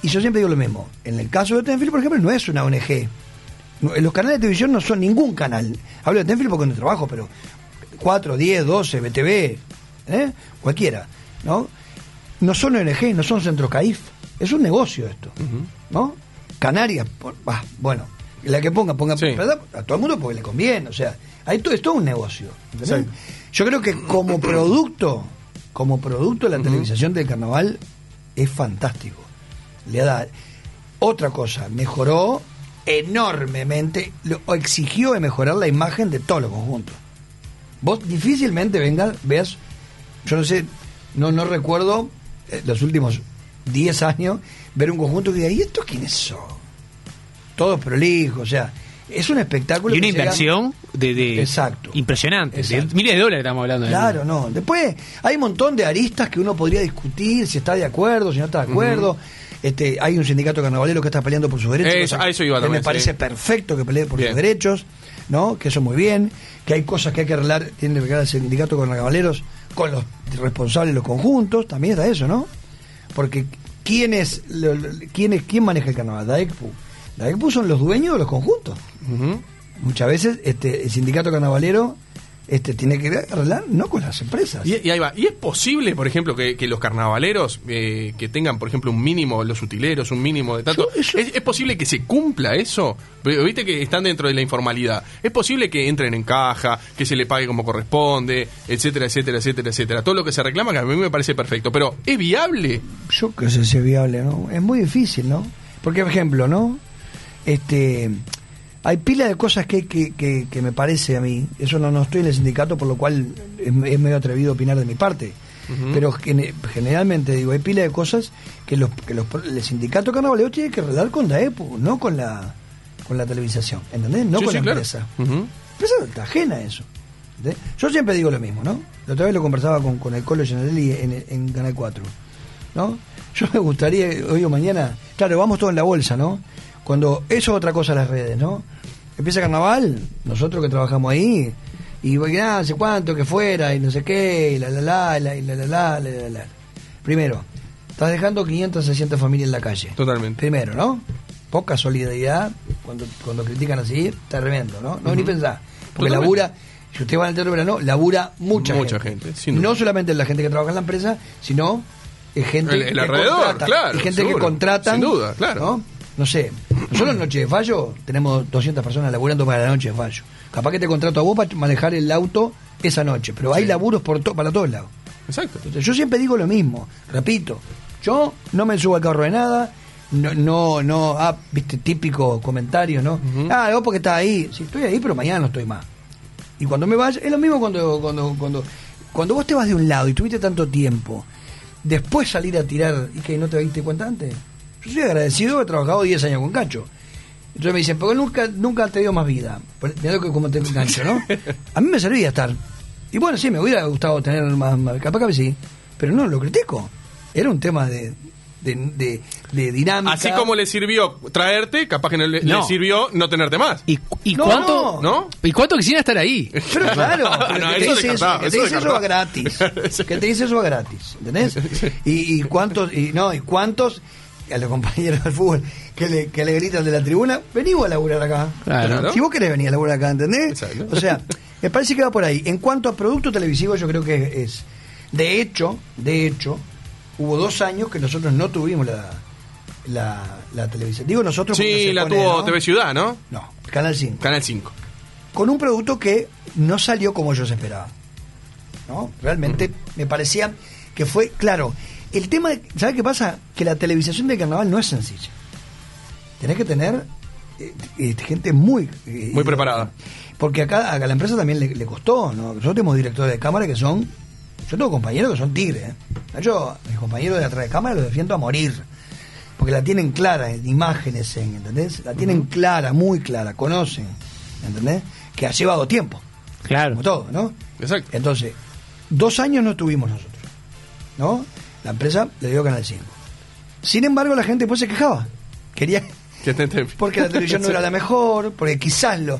Y yo siempre digo lo mismo. En el caso de Tenfield, por ejemplo, no es una ONG. Los canales de televisión no son ningún canal. Hablo de Tenfield porque no trabajo, pero 4, 10, 12, BTV, cualquiera, ¿no? No son ONG, no son centros CAIF. Es un negocio esto, ¿no? Canarias, bueno, la que ponga sí. ¿verdad? A todo el mundo porque le conviene, o sea, es todo un negocio. ¿Entendés? Yo creo que como producto la televisación del carnaval es fantástico. Le da otra cosa, mejoró enormemente, exigió de mejorar la imagen de todos los conjuntos. Vos difícilmente veas, yo no sé, no recuerdo los últimos 10 años ver un conjunto que diga, ¿y estos quiénes son? Todos prolijos, o sea, es un espectáculo. Y una inversión de exacto, impresionante. Exacto. De miles de dólares estamos hablando. Claro, no. Después hay un montón de aristas que uno podría discutir si está de acuerdo, si no está de acuerdo. Hay un sindicato carnavalero que está peleando por sus derechos. A eso iba también, me parece perfecto que pelee por sus derechos, ¿no? Que eso muy bien. Que hay cosas que hay que arreglar, tiene que arreglar el sindicato carnavaleros con los responsables de los conjuntos. También está eso, ¿no? Porque ¿quién maneja el carnaval? La ECPU son los dueños de los conjuntos. Muchas veces el sindicato carnavalero tiene que arreglar, no con las empresas. Y ahí va. ¿Y es posible, por ejemplo, que los carnavaleros que tengan, por ejemplo, un mínimo, los utileros, un mínimo de tanto? ¿Es posible que se cumpla eso? Viste que están dentro de la informalidad. ¿Es posible que entren en caja, que se le pague como corresponde, etcétera, etcétera, etcétera, etcétera? Todo lo que se reclama, que a mí me parece perfecto. Pero, ¿es viable? Yo creo que es viable, ¿no? Es muy difícil, ¿no? Porque, por ejemplo, ¿no? Hay pila de cosas que me parece a mí, eso no estoy en el sindicato, por lo cual es medio atrevido a opinar de mi parte, pero generalmente digo, hay pila de cosas que el sindicato carnavalero tiene que arreglar con DAEPU, no con la televisación, ¿entendés? No con la empresa. La empresa está ajena a eso. ¿Entendés? Yo siempre digo lo mismo, ¿no? La otra vez lo conversaba con el Colo Gianelli en Canal 4, ¿no? Yo me gustaría, hoy o mañana, claro, vamos todos en la bolsa, ¿no? Cuando eso es otra cosa las redes, ¿no? Empieza carnaval, nosotros que trabajamos ahí, y no sé cuánto que fuera, y no sé qué, y la. Primero, estás dejando 500, 600 familias en la calle. Totalmente. Primero, ¿no? Poca solidaridad, cuando critican así, tremendo, ¿no? No, ni pensar. Porque Totalmente. labura, si usted va al teatro verano, labura mucha gente. Sin duda. No solamente la gente que trabaja en la empresa, sino gente el que alrededor, contrata, claro. Y gente seguro, que contratan. sin duda, claro. ¿no? No sé, nosotros en Noche de Fallo tenemos 200 personas laburando para la Noche de Fallo. Capaz que te contrato a vos para manejar el auto esa noche, pero hay laburos para todos lados. Exacto. Entonces, yo siempre digo lo mismo, repito, yo no me subo al carro de nada, viste, típico comentario, ¿no? Vos porque estás ahí, sí, estoy ahí, pero mañana no estoy más. Y cuando me vaya, es lo mismo cuando vos te vas de un lado y tuviste tanto tiempo, después salir a tirar, y que no te diste cuenta antes. Yo soy agradecido, he trabajado 10 años con Cacho. Entonces me dicen, porque nunca te dio más vida. Mirá como te engancho, ¿no? A mí me servía estar. Y bueno, sí, me hubiera gustado tener más capaz que sí, pero no lo critico. Era un tema de dinámica. Así como le sirvió traerte, capaz que le sirvió no tenerte más. ¿Y cuánto? ¿No? ¿Y cuánto quisieran estar ahí? Pero claro, eso eso va gratis. Que te dice eso va gratis, ¿entendés? Y cuántos, a los compañeros del fútbol que le gritan de la tribuna, vení vos a laburar acá. Claro. Si vos querés venir a laburar acá, ¿entendés? Exacto. O sea, me parece que va por ahí. En cuanto a producto televisivo, yo creo que es. De hecho, hubo 2 años que nosotros no tuvimos la televisión. Digo nosotros porque Sí, se la pone, tuvo ¿no? TV Ciudad, ¿no? No, Canal 5. Canal 5. Con un producto que no salió como ellos esperaban, ¿no? Realmente me parecía que fue, claro, el tema, ¿sabes qué pasa? Que la televisación del carnaval no es sencilla. Tenés que tener gente muy preparada. Porque acá a la empresa también le costó, ¿no? Nosotros tenemos directores de cámara que son, yo tengo compañeros que son tigres, ¿eh? Yo, mis compañeros de atrás de cámara los defiendo a morir. Porque la tienen clara en imágenes, ¿entendés? La tienen clara, muy clara, conocen, ¿entendés? Que ha llevado tiempo. Claro. Como todo, ¿no? Exacto. Entonces, 2 años no tuvimos nosotros, ¿no? La empresa le dio Canal 5. Sin embargo, la gente después se quejaba. Quería... Porque la televisión no era la mejor, porque quizás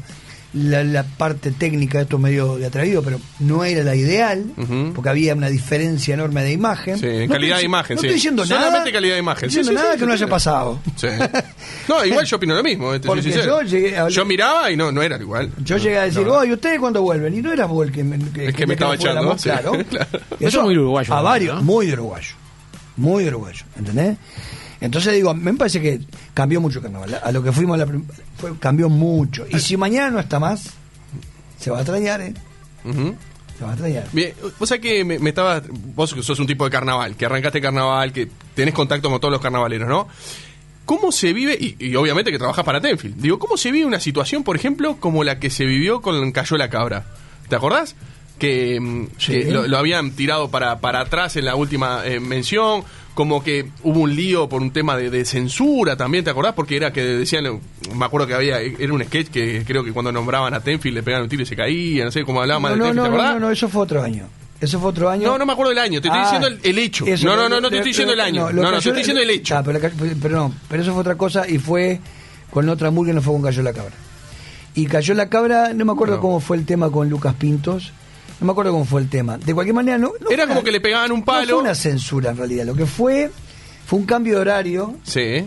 la parte técnica de esto medio de atrevido, pero no era la ideal, porque había una diferencia enorme de imagen. Sí, en calidad de imagen, no sí. estoy diciendo nada. Solamente calidad de imagen. No estoy diciendo nada que no haya sí. pasado. Sí. No, igual yo opino lo mismo, te soy Porque sincero. yo miraba y no era igual. Yo llegué a decir, No. ¿y ustedes cuándo vuelven? Y no eras vos el que me estaba echando. Sí, claro. claro. Eso es muy uruguayo, A varios, ¿no? muy uruguayo. Muy uruguayo, ¿entendés? Entonces digo, me parece que cambió mucho Carnaval. A lo que fuimos cambió mucho. Y si mañana no está más, se va a extrañar, ¿eh? Ujú. Se va a extrañar. Bien, vos sabés que me estabas. Vos que sos un tipo de carnaval, que arrancaste carnaval, que tenés contacto con todos los carnavaleros, ¿no? ¿Cómo se vive? Y obviamente que trabajás para Tenfield. Digo, ¿cómo se vive una situación, por ejemplo, como la que se vivió con Cayó la Cabra? ¿Te acordás? Que Sí. lo habían tirado para atrás en la última mención, como que hubo un lío por un tema de censura también, ¿te acordás? Porque era que decían, me acuerdo que era un sketch que creo que cuando nombraban a Tenfield le pegaban un tiro y se caía, no sé cómo hablaban más de Tenfield, ¿te acordás? No, eso fue otro año. Eso fue otro año. No me acuerdo del año, te estoy diciendo el hecho. Eso, No te estoy diciendo el año. No, te estoy diciendo el hecho. Pero eso fue otra cosa y fue con otra murga, no fue con Cayó la Cabra. Y Cayó la Cabra, no me acuerdo cómo fue el tema con Lucas Pintos. No me acuerdo cómo fue el tema. De cualquier manera, no Era como que le pegaban un palo. No fue una censura en realidad. Lo que fue un cambio de horario. Sí.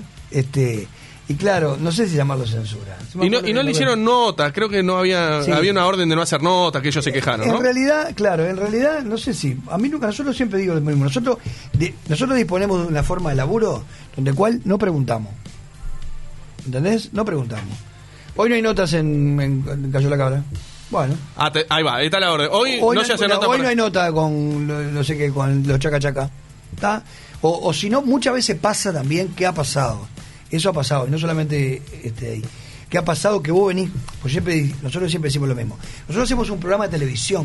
Y claro, no sé si llamarlo censura. Y no le hicieron nota, creo que no había Sí. había una orden de no hacer nota, que ellos se quejaron, ¿no? En realidad, no sé si. A mí nunca, nosotros siempre digo lo mismo. Nosotros disponemos de una forma de laburo donde cual no preguntamos. ¿Entendés? No preguntamos. Hoy no hay notas en Cayó la Cabra. Bueno. Ahí va, ahí está la orden. Hoy no se hace nota. Hoy no hay nota con no sé qué, con los chaca chaca. ¿Está? O si no, muchas veces pasa también qué ha pasado. Eso ha pasado, y no solamente ahí. ¿Qué ha pasado? Que vos venís, pues nosotros siempre decimos lo mismo. Nosotros hacemos un programa de televisión.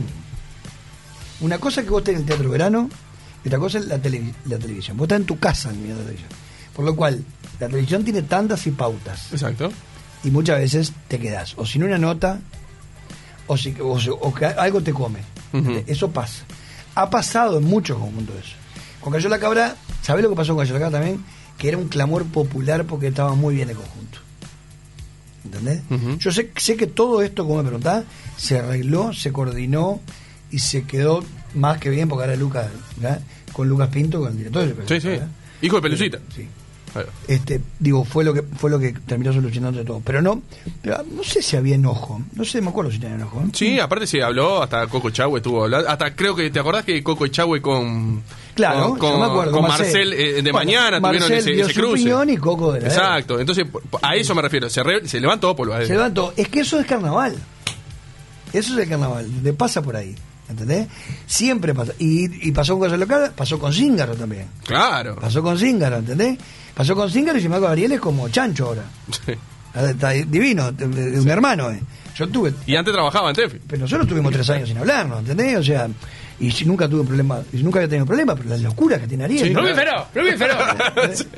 Una cosa es que vos estés en el Teatro Verano, y otra cosa es la televisión. Vos estás en tu casa mirando la televisión. Por lo cual, la televisión tiene tandas y pautas. Exacto. Y muchas veces te quedás, o sin una nota, o que algo te come. Uh-huh. Eso pasa. Ha pasado en muchos conjuntos eso. Con Cayó la Cabra, ¿sabés lo que pasó con Cayó la Cabra también? Que era un clamor popular porque estaba muy bien el conjunto. ¿Entendés? Uh-huh. Yo sé que todo esto, como me preguntás, se arregló, se coordinó y se quedó más que bien, porque ahora Lucas, ¿verdad? Con Lucas Pinto, con el director de Sí, sí. ¿verdad? Hijo de Pelucita. Sí. Ahí va. Fue lo que terminó solucionando todo. Pero no sé si había enojo. No sé, me acuerdo si tenía enojo. Sí, aparte se habló, hasta Coco Echagüe estuvo hablando. Hasta creo que, ¿te acordás que Coco Echagüe Claro, yo me acuerdo, con Marcel de mañana tuvieron Marcel dio ese su cruce? opinión y Coco de la Exacto, entonces a eso me refiero. Se levantó polvo. Se levantó. Es que eso es carnaval. Eso es el carnaval, donde pasa por ahí. ¿Entendés? Siempre pasa. Y pasó con Cayó la Cabra, pasó con Zíngaro también. Claro. Pasó con Zíngaro, ¿entendés? Pasó con Zíngaro y sin embargo Gabriel es como chancho ahora. Sí. Está divino, de un hermano. Yo tuve. Y antes trabajaba en Tefi. Pero nosotros tuvimos 3 años sin hablarnos, ¿entendés? O sea, y si nunca tuve problema, y nunca había tenido problema, pero las locuras que tiene Ariel. Sí, ¿no? Rubén Feró. Sí.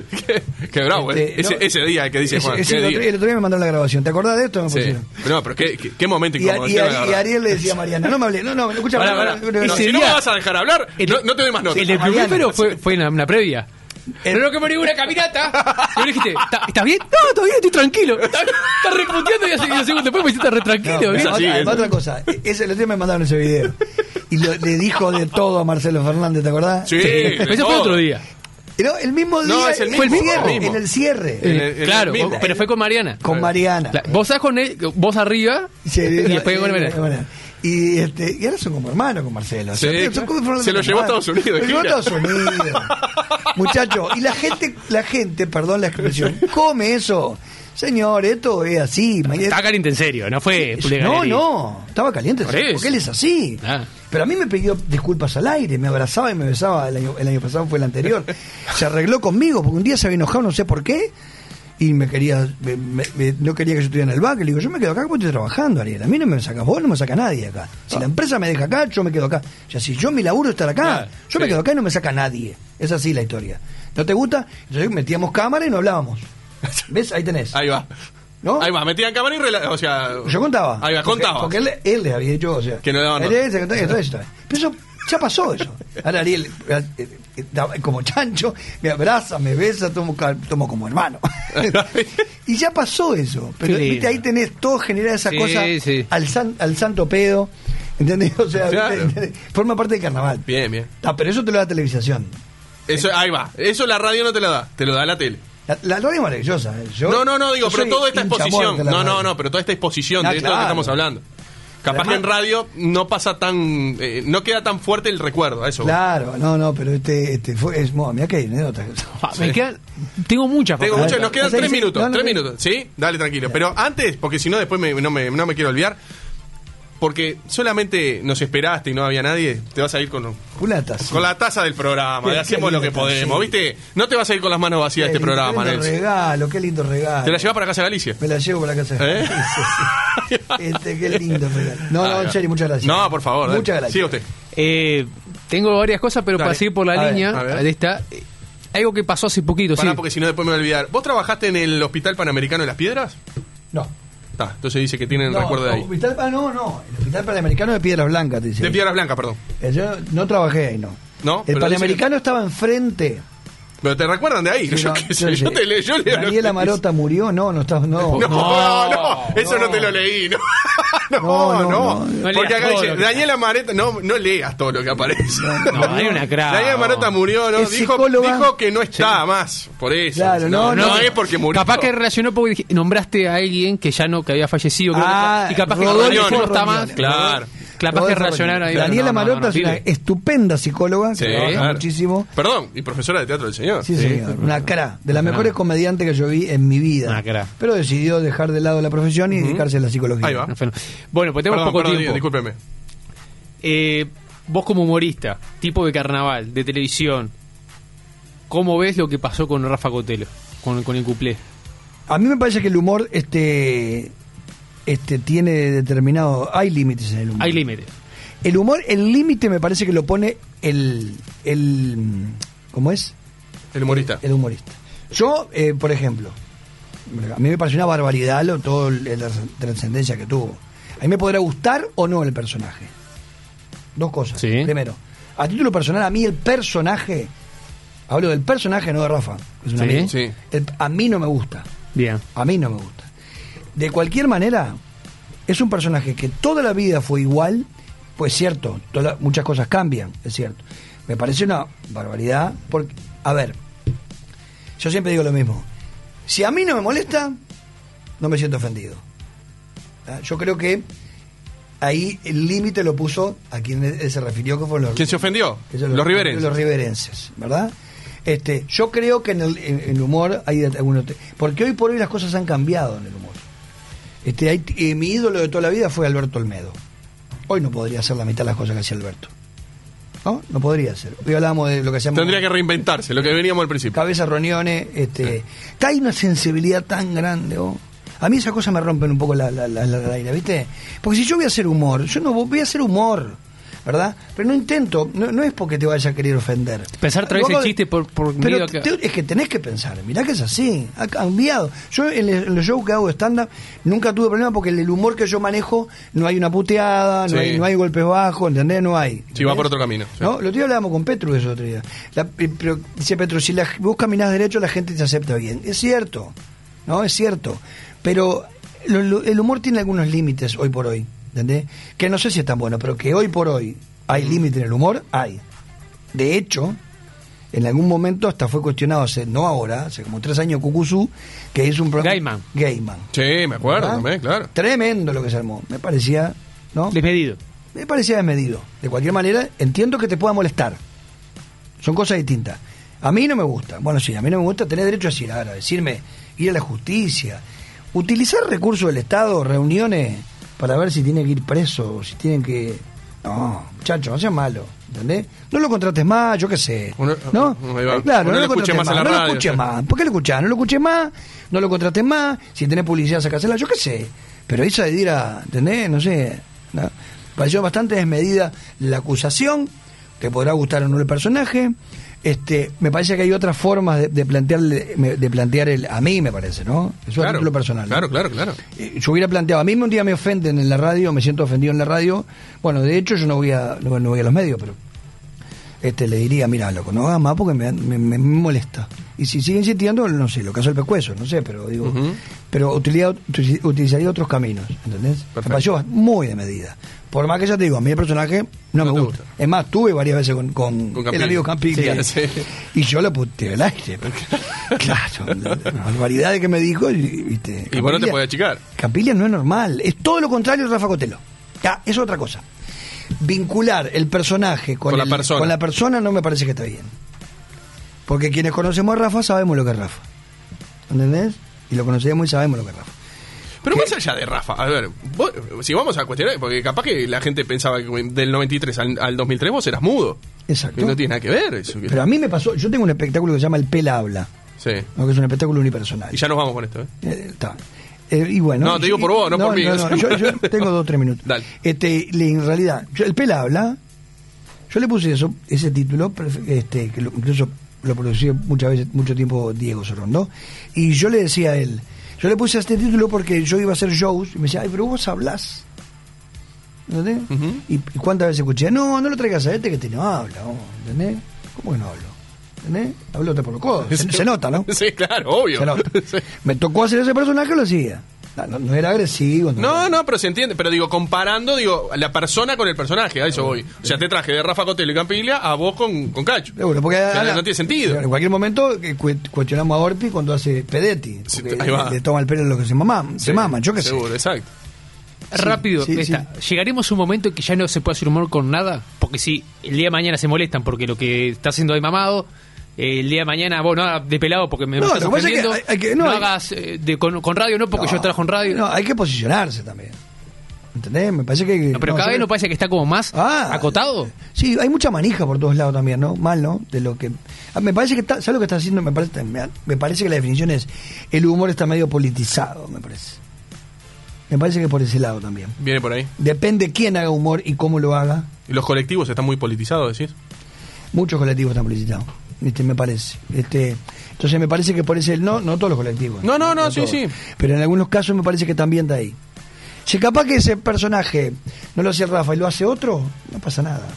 Qué bravo, ese día que dice Juan. El otro día me mandaron la grabación. ¿Te acordás de esto? Me Sí. pusieron. No, pero qué momento Y, incómodo. y Ariel le decía a Mariana, no me hablé, no, escucha, Pará. No, si no me vas a dejar hablar, no te doy más notas. El de Mariana. Rubén Feró fue en una previa. Pero no que me una caminata. Y me dijiste, ¿estás bien? No, todavía estoy tranquilo. Estás reputeando y hace 10 segundos después me hiciste re tranquilo. No, ¿bien? así, es. otra cosa, el otro día me mandaron ese video. Y le dijo de todo a Marcelo Fernández, ¿te acordás? Sí, Pero ese fue todo. otro día. No, el mismo día, No, es el fue el mismo, cierre, el mismo. en el cierre. El Claro, mismo. pero fue con Mariana. Con Mariana. Vos estás con él, vos arriba Sí, y después con Mariana. Mariana. Y ahora son como hermanos con Marcelo. Sí, son claro. como Se lo llevó a Estados Unidos, Se lo llevó a gira. Estados Unidos. Muchacho, y la gente, perdón la expresión, come eso. Señor, esto es así. Estaba caliente en serio, no fue full de No, galería. no, estaba caliente, Por eso. porque él es así. Ah. Pero a mí me pidió disculpas al aire, me abrazaba y me besaba. El año pasado fue el anterior. Se arregló conmigo porque un día se había enojado, no sé por qué, y no quería que yo estuviera en el back. Le digo, yo me quedo acá porque estoy trabajando, Ariel. A mí no me sacas vos, no me saca nadie acá. Si la empresa me deja acá, yo me quedo acá. O sea, si yo mi laburo es estar acá, Claro, yo me quedo acá y no me saca nadie. Es así la historia. ¿No te gusta? Entonces metíamos cámara y no hablábamos. ¿Ves? Ahí tenés. Ahí va. ¿No? Ahí va, metían cámara y o sea. Yo contaba. Ahí va, contaba. Porque él les había dicho, o sea. Que no daban Pero eso ya pasó eso. Ahora Ariel, como chancho, me abraza, me besa, tomo como hermano. Y ya pasó eso. Pero ¿viste? Ahí tenés todo, genera esa cosa al santo pedo. ¿Entendés? O sea, claro. Forma parte del carnaval. Bien. Pero eso te lo da televisación. Eso, ahí va. Eso la radio no te lo da, te lo da la tele. La radio es maravillosa. No, digo, pero toda esta exposición. No, pero toda esta exposición de esto de lo que estamos hablando. Capaz además, que en radio no pasa tan. No queda tan fuerte el recuerdo, a eso. Claro, no, pero mirá que hay anécdota. Tengo muchas. Nos quedan 3 minutos. 3 minutos, ¿sí? Dale, tranquilo. Pero antes, porque si no, después no me quiero olvidar. Porque solamente nos esperaste y no había nadie, te vas a ir con la taza del programa, hacemos lo que podemos, ¿viste? No te vas a ir con las manos vacías de este programa, Qué lindo regalo. ¿Te la llevas para casa de Galicia? Me la llevo para casa de Galicia. Qué lindo regalo. No, en serio, muchas gracias. No, por favor. Muchas gracias. Siga usted. Tengo varias cosas, pero para seguir por la línea de esta... Algo que pasó hace poquito, porque si no después me voy a olvidar. ¿Vos trabajaste en el Hospital Panamericano de las Piedras? No. Entonces dice que tienen recuerdo de ahí. El Hospital Panamericano de Piedras Blancas, te dice. De Piedras Blancas, perdón. Yo no trabajé ahí, no. El Panamericano estaba enfrente. Pero te recuerdan de ahí. Sí, yo te leo. Daniela Marota murió, no. Eso no te lo leí, no. Porque acá dice, Daniela Marota, no leas todo lo que aparece. No, hay una crack. Daniela Marota murió, ¿no? Dijo que no está más, por eso. Claro, no es porque murió. Capaz que relacionó porque nombraste a alguien que había fallecido, y capaz que Rodolfo no está más. Claro. Capaz que relacionaron ahí. Daniela Marota es una estupenda psicóloga, que trabaja muchísimo. Perdón, y profesora de teatro del señor. Sí, señor. Una cara, de las mejores comediantes que yo vi en mi vida. Una cara. Pero decidió dejar de lado la profesión y dedicarse a la psicología. Ahí va. Bueno, pues tenemos poco tiempo. Discúlpeme. Vos como humorista, tipo de carnaval, de televisión, ¿cómo ves lo que pasó con Rafa Cotelo, con el cuplé? A mí me parece que el humor tiene determinado... Hay límites en el humor. Hay límites. El humor, el límite me parece que lo pone ¿cómo es? El humorista. El humorista. Yo, por ejemplo, a mí me pareció una barbaridad toda la trascendencia que tuvo. A mí me podrá gustar o no el personaje. Dos cosas. Sí. Primero, a título personal, a mí el personaje... Hablo del personaje, no de Rafa. Que es un amigo. Sí. A mí no me gusta. Bien. A mí no me gusta. De cualquier manera, es un personaje que toda la vida fue igual, pues cierto, muchas cosas cambian, es cierto. Me parece una barbaridad, porque, a ver, yo siempre digo lo mismo. Si a mí no me molesta, no me siento ofendido. Yo creo que ahí el límite lo puso a quien él se refirió, que fue ¿Quién se ofendió? Los riverenses. Los riverenses, ¿verdad? Yo creo que en el humor hay algunos... Porque hoy por hoy las cosas han cambiado en el humor. Mi ídolo de toda la vida fue Alberto Olmedo. Hoy no podría hacer la mitad de las cosas que hacía Alberto. No podría hacer. Hoy hablábamos de lo que se llama... Tendría que reinventarse, lo que veníamos al principio. Cabeza Roñone, hay una sensibilidad tan grande, A mí esas cosas me rompen un poco la aire, ¿viste? Porque si yo voy a hacer humor, yo no voy a hacer humor, ¿verdad? Pero no intento, no es porque te vaya a querer ofender. Pensar otra vez el chiste por pero es que tenés que pensar, mirá que es así, ha cambiado. Yo en los shows que hago de stand-up nunca tuve problema porque en el humor que yo manejo no hay una puteada, no hay golpes bajos, ¿entendés? No hay. Sí, va por otro camino. Sí. ¿No? El otro día hablábamos con Petru eso otro día. Pero dice Petru, si vos caminás derecho la gente te acepta bien. Es cierto, ¿no? Es cierto. Pero el humor tiene algunos límites hoy por hoy, ¿entendés? Que no sé si es tan bueno, pero que hoy por hoy hay límite en el humor, hay. De hecho, en algún momento hasta fue cuestionado, hace como 3 años, Cucuzú, que hizo un programa... Gaiman. Sí, me acuerdo también, claro. Tremendo lo que se armó. Me parecía, ¿no? Desmedido. Me parecía desmedido. De cualquier manera, entiendo que te pueda molestar. Son cosas distintas. A mí no me gusta. Bueno, sí, a mí no me gusta tener derecho a decirme, ir a la justicia... Utilizar recursos del Estado, reuniones, para ver si tienen que ir presos, si tienen que... No, muchachos, no sean malos, ¿entendés? No lo contrates más, yo qué sé. ¿No? Claro, no lo escuches más en la radio. No lo escuches más. ¿Por qué lo escuchás? No lo escuches más, no lo contrates más, si tenés publicidad, sacásela, yo qué sé. Pero esa de ir a... ¿entendés? No sé. ¿no? Pareció bastante desmedida la acusación, te podrá gustar o no el personaje... me parece que hay otras formas de plantear a mí me parece, ¿no? Eso es lo personal. Claro. Yo hubiera planteado, a mí un día me ofenden en la radio, me siento ofendido en la radio. Bueno, de hecho yo no voy a los medios, pero le diría, mira, loco, no hagas más porque me molesta. Y si sigue insistiendo, no sé, lo caso el pescuezo, no sé, pero digo, pero utilizaría otros caminos, ¿entendés? Me pareció muy de medida. Por más que ya te digo, a mí el personaje no me gusta. Es más, tuve varias veces con el amigo Campiglia. Sí. Y yo lo puteé al aire. Claro, las barbaridades que me dijo. ¿Viste? Y vos no te podés achicar. Campiglia no es normal. Es todo lo contrario de Rafa Cotelo. Ya, es otra cosa. Vincular el personaje con la persona no me parece que está bien. Porque quienes conocemos a Rafa sabemos lo que es Rafa. ¿Entendés? Y lo conocemos y sabemos lo que es Rafa. Pero más allá de Rafa, a ver, vos, si vamos a cuestionar, porque capaz que la gente pensaba que del 93 al 2003 vos eras mudo. Exacto. Y no tiene nada que ver eso. Pero a mí me pasó, yo tengo un espectáculo que se llama El Pela Habla. Sí. ¿No? Que es un espectáculo unipersonal. Y ya nos vamos con esto, Está. Y bueno. No, te digo por vos, no por mí. No, yo tengo 2 o 3 minutos. Dale. En realidad, El Pela Habla, yo le puse ese título, que incluso lo producí mucho tiempo Diego Sorondo, y yo le decía a él, yo le puse este título porque yo iba a hacer shows y me decía, ay, pero vos hablás. ¿Entendés? Y cuántas veces escuché, no lo traigas a este que te no habla, ¿entendés? ¿Cómo que no hablo? ¿Entendés? Hablo por los codos. Se nota, ¿no? Sí, claro, obvio. Se nota. Sí. Me tocó hacer ese personaje, lo hacía. No era agresivo. No, pero se entiende. Pero digo, comparando, la persona con el personaje, a eso voy. O sea, te traje de Rafa Cotelo y Campiglia a vos con Cacho. Seguro, porque no tiene sentido. En cualquier momento cuestionamos a Orpi cuando hace Pedetti. Sí, le toma el pelo lo que se mama, yo qué sé. Seguro, exacto. Rápido, ¿llegaremos a un momento en que ya no se puede hacer humor con nada? Porque si el día de mañana se molestan porque lo que está haciendo de mamado, el día de mañana vos no hagas de pelado porque me estás ofendiendo, hagas con radio no porque yo trabajo en radio. No, hay que posicionarse también. ¿Entendés? Me parece que... No, pero cada vez no parece que está como más acotado. Sí, hay mucha manija por todos lados también, ¿no? Mal, ¿no? De lo que... me parece que está... ¿Sabes lo que está haciendo? Me parece que la definición es... El humor está medio politizado, me parece. Me parece que por ese lado también. Viene por ahí. Depende quién haga humor y cómo lo haga. ¿Y los colectivos están muy politizados, decís? Muchos colectivos están politizados. Me parece. Entonces me parece que por ese... No todos los colectivos. No, sí, todos. sí. Pero en algunos casos me parece que también está ahí. Si capaz que ese personaje no lo hace Rafa y lo hace otro, no pasa nada.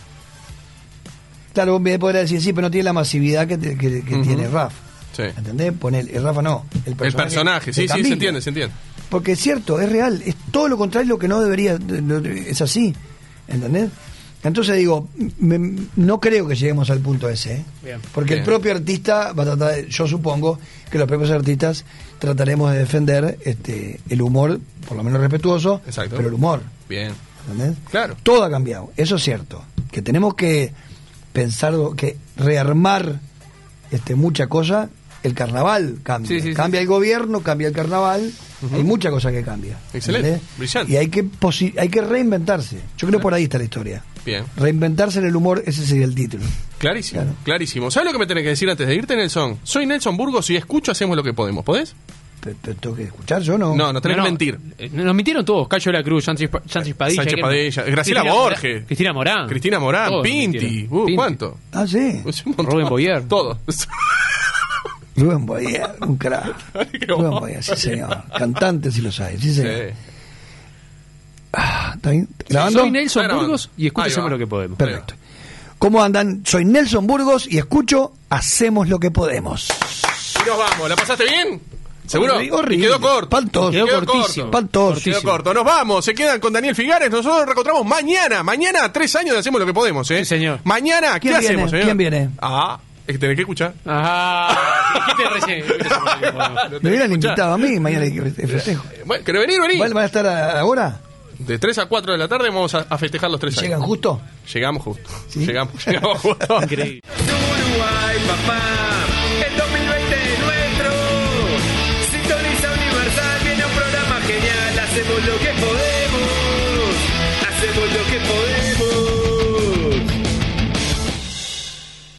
Claro, vos me podrás decir, sí, pero no tiene la masividad que tiene Rafa. Sí. ¿Entendés? El Rafa no. El personaje, sí, se entiende. Porque es cierto, es real. Es todo lo contrario lo que no debería... Es así. ¿Entendés? Entonces digo, no creo que lleguemos al punto ese, Bien. porque el propio artista va a tratar, yo supongo que los propios artistas trataremos de defender el humor, por lo menos respetuoso. Exacto. Pero el humor. Bien. ¿Entendés? Claro. Todo ha cambiado, eso es cierto. Que tenemos que pensar, que rearmar mucha cosa. El carnaval cambia. Sí. Cambia el gobierno, cambia el carnaval. Hay mucha cosa que cambia. Excelente, ¿entendés? brillante. Y hay que reinventarse. Yo creo que por ahí está la historia. Bien. Reinventarse en el humor, ese sería el título. Clarísimo, Claro. clarísimo. ¿Sabes lo que me tenés que decir antes de irte, Nelson? Soy Nelson Burgos y escucho Hacemos lo que podemos. ¿Podés? Pero tengo que escuchar, yo no. No tenés que mentir. Nos mintieron todos. Cacho de la Cruz, Sánchez Padilla. Sánchez Padilla, Graciela Borges. Cristina Morán. Todos Pinti. Pinti. ¿Cuánto? Ah, sí. Es un montón. Rubén Boyer. Todo. Rubén Boyer, un crack. Qué Rubén bueno. Boyer, sí señor. Cantante si lo sabe, sí señor. Sí. ¿Está bien? ¿Grabando? Soy Nelson Está grabando. Burgos y escucho Ahí Hacemos va. lo que podemos. Perfecto. ¿Cómo andan? Soy Nelson Burgos y escucho Hacemos lo que podemos. Y nos vamos. ¿La pasaste bien? ¿Seguro? Horrible. Y quedó corto. Espantoso. Quedó cortísimo. corto. Espantoso. Quedó corto. Nos vamos. Se quedan con Daniel Figares. Nosotros nos reencontramos mañana. Mañana, 3 años de Hacemos lo que podemos, ¿eh? Sí, señor. Mañana, ¿qué ¿Quién viene? hacemos, señor? ¿Quién viene? Es que tenés que escuchar. Ajá. Dijiste recién. Me hubieran invitado a mí mañana de festejo. Bueno, ¿querés venir? Vení. ¿Van a estar ahora? De 3 a 4 de la tarde vamos a festejar los 3 años. ¿Llegan justo? Llegamos justo. ¿Sí? Llegamos justo. Increíble. Uruguay, papá.